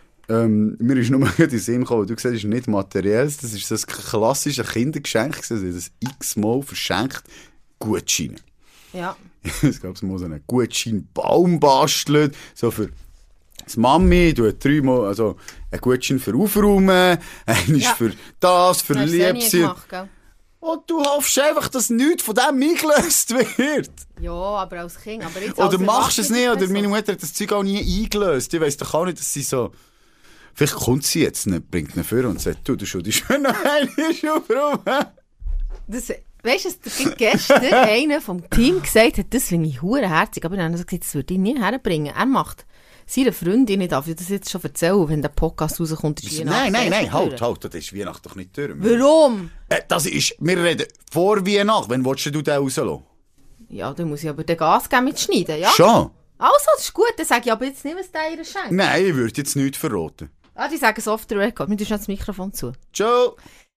Ähm, mir ist nur in den Sinn gekommen, du gesagt hast, nicht materielles, das ist das klassische Kindergeschenk, das ist x-mal verschenkt, Gutscheine. Ja. Es gab mal so einen Gutscheinbaum basteln, so für das Mami, du hast dreimal, also einen Gutschein für Aufräumen, einen Ja. für das, für Das hast du sehr nie Liebste. gemacht, gell? Und du hoffst einfach, dass nichts von dem eingelöst wird. Ja, aber als Kind. Aber jetzt als Oder machst du es Erwachsene nicht, oder so. meine Mutter hat das Zeug auch nie eingelöst. Ich weiss doch auch nicht, dass sie so... Vielleicht kommt sie jetzt, nicht, bringt ihn vor und sagt, du, du schuldest schon noch eine Schuhe rum. Das, weißt du, dass der gestern einer vom Team gesagt hat, das finde ich hurenherzig, aber dann hat er gesagt, das würde ich nie herbringen. Er macht seine Freundin, ich darf dir das jetzt schon erzählen, wenn der Podcast rauskommt, ist Nein, nein, nein, halt, halt, das ist Weihnachten doch nicht durch. Warum? Äh, das ist, wir reden vor Weihnachten, wann willst du den rauslassen? Ja, dann muss ich aber den Gas geben mit Schneiden, ja? Schon? Also, das ist gut, dann sage ich aber jetzt nicht, was der ihr schenkt. Nein, ich würde jetzt nichts verraten. Ah, die sagen es off the record, mir tust das Mikrofon zu. Ciao!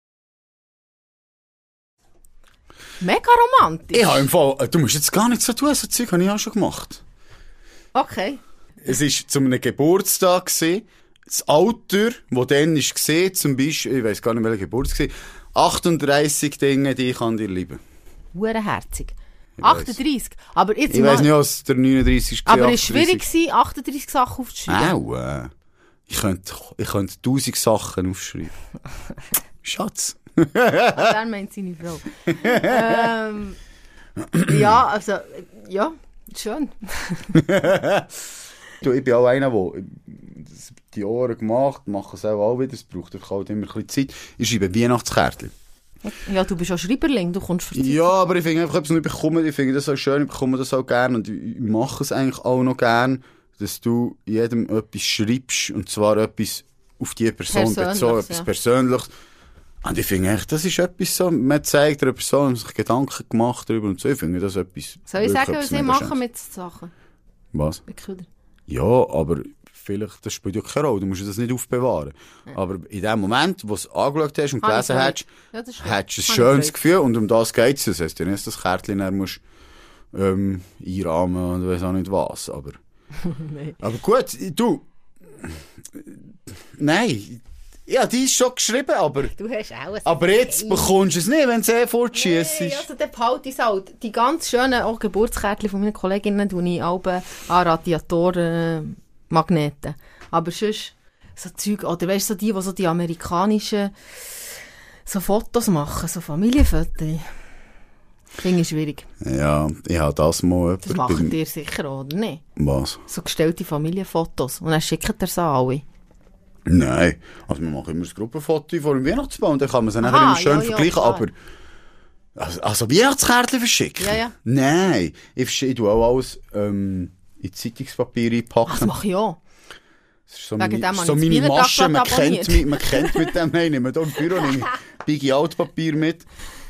Mega romantisch. Ich habe im Fall, äh, du musst jetzt gar nicht so tun, so Zeug habe ich auch schon gemacht. Okay. Es war zu einem Geburtstag gewesen. Das Alter, das dann war, zum Beispiel, ich weiss gar nicht, welcher Geburtstag war, achtunddreissig Dinge, die ich an dir liebe. Hurenherzig. Ich achtunddreissig. Aber jetzt Ich mal- weiss nicht, was der neununddreissig war. Aber es war schwierig, gewesen, achtunddreissig Sachen aufzuschreiben. Auch, äh, ich könnte, ich könnte tausend Sachen aufschreiben. Schatz. Ah, der meint seine Frau. ähm, ja, also, ja, schön. Du, ich bin auch einer, der das die Ohren gemacht, mache es auch, auch wieder. Es braucht einfach halt immer ein bisschen Zeit. Ich schreibe Weihnachtskärtchen. Ja, du bist auch Schreiberling, du kommst für Zeit. Ja, aber ich finde einfach etwas, was ich bekomme, ich finde das auch schön, ich bekomme das auch gerne und ich mache es eigentlich auch noch gerne, dass du jedem etwas schreibst und zwar etwas auf die Person Persönliches, bezogen, etwas ja. Persönliches. Und ich finde eigentlich, das ist etwas so, man zeigt einer Person, sich Gedanken gemacht darüber und so, ich finde das etwas... Soll ich wirklich sagen, etwas was ich mega mache Schönes. mit so Sachen? Was? Mit Köder? Ja, aber vielleicht, das spielt ja keine Rolle, du musst das nicht aufbewahren. Ja. Aber in dem Moment, wo du es angeschaut hast und Habe gelesen ich hast, Ja, das stimmt. hättest du ein Habe ich schönes Freude. Gefühl und um das geht es. Das heisst ja nicht, dass das Kärtchen dann musst, ähm, einrahmen und weiss auch nicht was, aber... Nein. Aber gut, du... Nein, ja, die ist schon geschrieben, aber... Du hast auch ein Aber jetzt bekommst du es nicht, wenn du es eh fortschießt. Hey, also dann behalte ich es halt. Die ganz schönen auch Geburtskärtchen von meinen Kolleginnen tue ich alle an Radiatoren-Magneten. Aber sonst so Zeug, oder weißt du, so die, die so die amerikanischen so Fotos machen, so Familienfotos. Finde ich schwierig. Ja, ich habe das mal... Das macht ihr sicher auch, oder nicht? Was? So gestellte Familienfotos. Und dann schickt ihr es an alle. Nein, also wir machen immer ein Gruppenfoto vor dem Weihnachtsbaum und dann kann man es dann Aha, nachher immer schön ja, ja, vergleichen, klar. aber... Also, also Weihnachtskärtchen verschicken? Ja, ja. Nein, ich, versch- ich tue auch alles ähm, in Zeitungspapier einpacken. Ach, das mache ich auch. Das ist so Wegen meine, dem habe so ich das meine Bieler Masche, man Tagblatt kennt, mit, man kennt mit dem, nein, nehmen wir hier im Büro nehme ich Biggie Altpapier mit.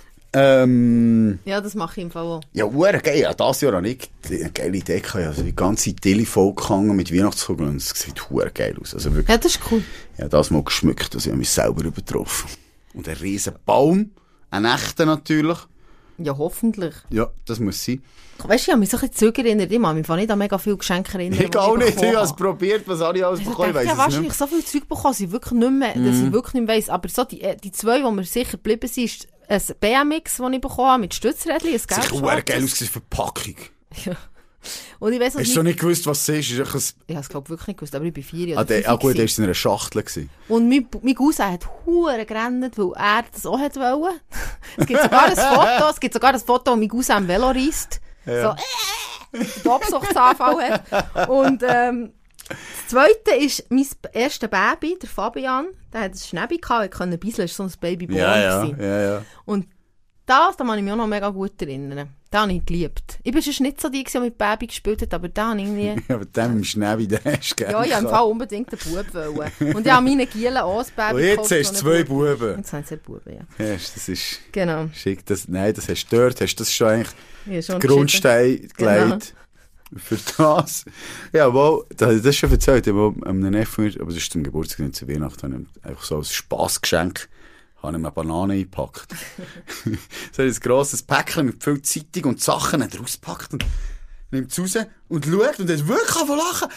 Ähm, Ja, das mache ich im Fall auch. ja, hure geil, ja, dieses Jahr habe ich eine geile Idee gehabt, also die ganze Tilly vollgehangen mit Weihnachtskugeln und es sieht hure geil aus, also wirklich. Ja, das ist cool. Ja, das mal geschmückt, also ich habe mich selber übertroffen. Und ein riesen Baum, ein echter natürlich. Ja, hoffentlich. Ja, das muss sein. Weißt du, ich habe mich so ein bisschen zurückerinnert. Ich kann mich nicht an mega viele Geschenke erinnern. Ich die auch nicht, ich bekommen habe es habe. probiert, was habe ich alles Ich bekommen, ich denke, weiss ja, es nicht. wahrscheinlich so viel Zeug bekommen, dass ich wirklich nicht mehr, dass ich wirklich nicht mehr weiss. Aber so die, äh, die zwei, die mir sicher geblieben sind, ist ein B M X, das ich bekommen habe, mit Stützrädchen, ein Es sieht hure geil gelb-schwarzes. aus, die Verpackung. Ja. Und ich weiss, was Hast du nicht gewusst, was es ist? Ist einfach ein... ich habe es glaube wirklich nicht gewusst, aber ich bin vier Ah, oder der, fünf ah gut, der gewesen. war in einer Schachtel. Gewesen. Und mein, mein Cousin hat hure gerannt, weil er das auch hat wollen. Es gibt sogar ein Foto, es gibt sogar ein Foto, wo mein Cousin am Velo reist. Ja. So, äh, den Absuchtsanfall hat. Und, ähm, das Zweite ist mein erstes Baby, der Fabian. Der hat ein Schnäbi gehabt, er konnte bisseln, das war so ein Babyboy. gewesen. ja, ja. Und das, da kann ich mich auch noch mega gut erinnern. Da habe ich geliebt. Ich bin sonst nicht so die, die mit Baby gespielt hat, aber da habe ich irgendwie... Ja, aber dem im Schnee, den hast du gerne Ja, ich wollte im Fall unbedingt einen Bub wollen. Und ich habe meine Gielen auch ein Baby Und jetzt gekauft, hast du zwei so einen Buben. Jetzt habe ich zwei Buben, ja. Ja, das ist Genau. schick. Das, nein, das hast du dort, hast das schon eigentlich Ich habe schon den Grundstein Genau. gelegt. Für das. Ja, wohl, das habe ich das schon erzählt. Ich habe einem Neffen, aber das ist zum Geburtstag, nicht zu Weihnachten, habe ich einfach so als Spassgeschenk habe ich mir eine Banane eingepackt. So ein grosses Päckchen mit viel Zeitung und Sachen hat er ausgepackt und nimmt es raus und schaut und hat wirklich angefangen zu lachen.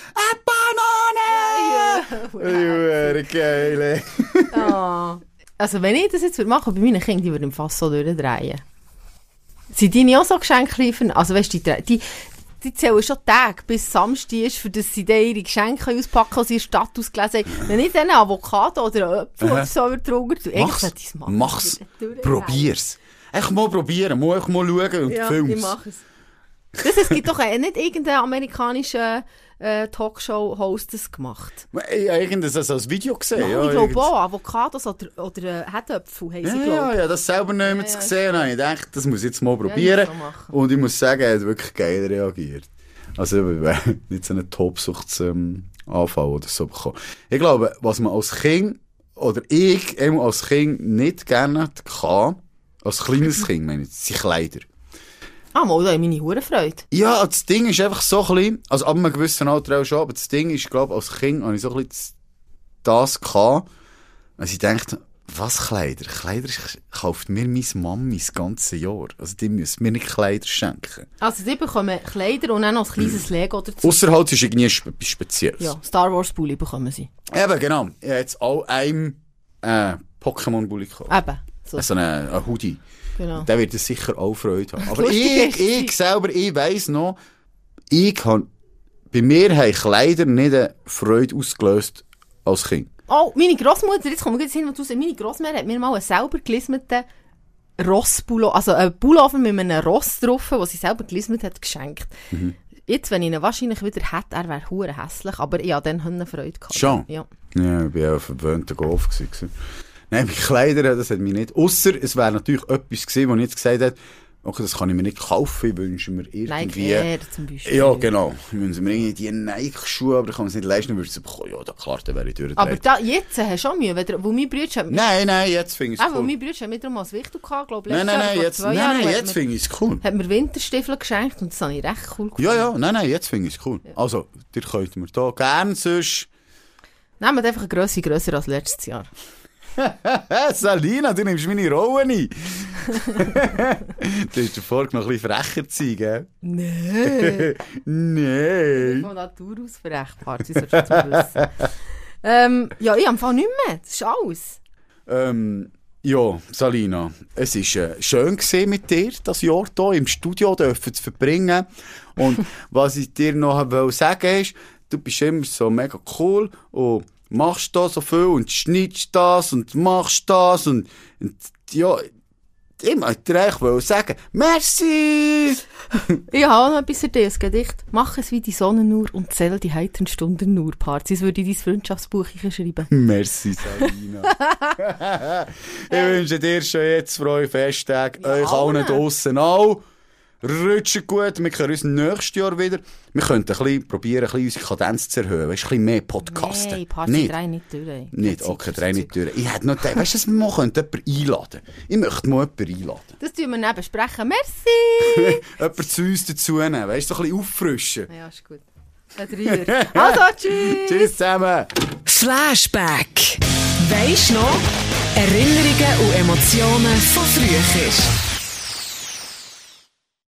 Eine Banane! Ja, geil, ey. Ah. Also wenn ich das jetzt würde machen bei meinen Kindern, die würden im Fass so durchdrehen. Sind die nicht auch so Geschenke liefern? Also weißt du, die, die, die zählen schon Tage, bis Samstag ist, für das sie dann ihre Geschenke auspacken, die sie in der Stadt ausgelesen haben. Wenn ich dann einen Avocado oder einen Apfel oder so drunter tue, eigentlich sollte ich es machen. Mach's. Durchdrehen. Probier's. Echt mal probieren, mal, echt mal schauen und Ja, film's. ich mache es. Das, es gibt doch äh, nicht irgendeinen amerikanischen äh, Talkshow-Host das gemacht. Ich habe irgendwas als Video gesehen. Ja, ja, ich glaube irgend- auch, Avocados oder, oder äh, Herdöpfel haben sie, Ja, glaube ja, ich. ja, das selber nicht mehr Ja, ja, gesehen. Habe ich gedacht, das muss ich jetzt mal Ja, probieren. ich muss so machen. Und ich muss sagen, er hat wirklich geil reagiert. Also, ich habe nicht so einen Tobsuchtsanfall ähm, Anfall oder so bekommen. Ich glaube, was man als Kind, oder ich eben als Kind nicht gerne kann, als kleines Kind, meine ich, sind Kleider. Ah, mal, da habe ich meine Hurenfreude. Ja, das Ding ist einfach so klein, also ab einem gewissen Alter auch schon, aber das Ding ist, glaube ich, als Kind habe ich so ein bisschen das gehabt, als ich dachte, was Kleider? Kleider kauft mir meine Mami das ganze Jahr. Also die müssen mir nicht Kleider schenken. Also, die bekommen Kleider und dann noch ein kleines Lego dazu. Ausser halt, es ist irgendwie etwas Spezielles. Ja, Star Wars Bulli bekommen sie. Eben, genau. Ich habe jetzt auch einem äh, Pokémon-Bulli gekauft. Eben. So, So einen, einen Hoodie. genau. Der wird sicher auch Freude haben. Aber Lustig ich, ist, ich selber, ich weiss noch, ich habe, bei mir haben Kleider nicht eine Freude ausgelöst als Kind. Oh, meine Grossmutter, jetzt kommen wir hin, was du sagst. Meine Grossmutter hat mir mal einen selber gelismeten Rosspullover, also einen Pullover mit einem Ross drauf, den sie selber gelismet hat, geschenkt. Mhm. Jetzt, wenn ich ihn wahrscheinlich wieder hätte, er wäre hure hässlich, aber ich hatte dann eine Freude gehabt. Schon? Ja. Ja, ich war ja ein verwöhnter Golf gewesen. Nein, bei Kleidern, das hat mich nicht. Ausser, es wäre natürlich etwas gewesen, wo ich jetzt gesagt hätte, okay, das kann ich mir nicht kaufen, ich wünsche mir irgendwie... Nike Air zum Beispiel. Ja, genau. Ich wünsche mir irgendwie die Nike-Schuhe, aber ich kann es nicht leisten, würde ich bekommen, ja, da klar, dann wäre ich durchgedreht. Aber da, jetzt hast du schon Mühe, weil, der- wo mein Bruder hat... Nein, nein, jetzt finde ich es Ah, wo cool. mein Bruder hat mir darum als Wichtel gehabt, glaube ich, Nein, letztes nein, Jahr, nein, vor jetzt, zwei nein, Jahren, nein, hat jetzt mir- finde ich es cool. hat mir Winterstiefel geschenkt und das habe ich recht cool gefunden. Ja, ja, nein, nein, jetzt finde ich es cool. Also, ihr könnt mir da gerne sonst... Nehmt einfach eine Grösse grösser als letztes Jahr. Salina, du nimmst meine Rolle ein. Du hast dir vorgenommen, ein bisschen frecher zu sein, gell? Nein. Nein. Von Natur aus verrecht, Party, sollst du schon wissen. ähm, ja, ich empfange nicht mehr. Das ist alles. Ähm, ja, Salina, es war äh, schön gewesen mit dir, das Jahr hier im Studio dürfen zu verbringen. Und was ich dir noch wollte sagen ist, du bist immer so mega cool und machst da so viel und schneidest das und machst das und, und ja, ich wollte dir eigentlich sagen, merci! Ich habe auch noch etwas für dich, ein Gedicht. Mach es wie die Sonnenuhr und zähl die heiteren Stunden nur, Party. Sonst würde ich dein Freundschaftsbuch schreiben. Merci, Salina. Ich wünsche dir schon jetzt frohe Festtage, Ja, euch allen allen. draussen auch. Rutscht gut, wir können uns nächstes Jahr wieder. Wir könnten ein bisschen probieren, ein bisschen unsere Kadenz zu erhöhen. Weißt, ein bisschen mehr Podcasten. Nein, Party Nicht? drei nicht durch. Nicht, okay, drei nicht durch. Ich hätte noch gedacht, weißt du, dass wir mal jemanden einladen. Ich möchte mal jemanden einladen. Das tun wir dann besprechen. Merci! Jemanden zu uns dazu nehmen, weißt du, so ein bisschen auffrischen. Ja, ist gut. Ein Dreier. Also, tschüss! Tschüss zusammen! Flashback. Weisst noch? Erinnerungen und Emotionen von früher.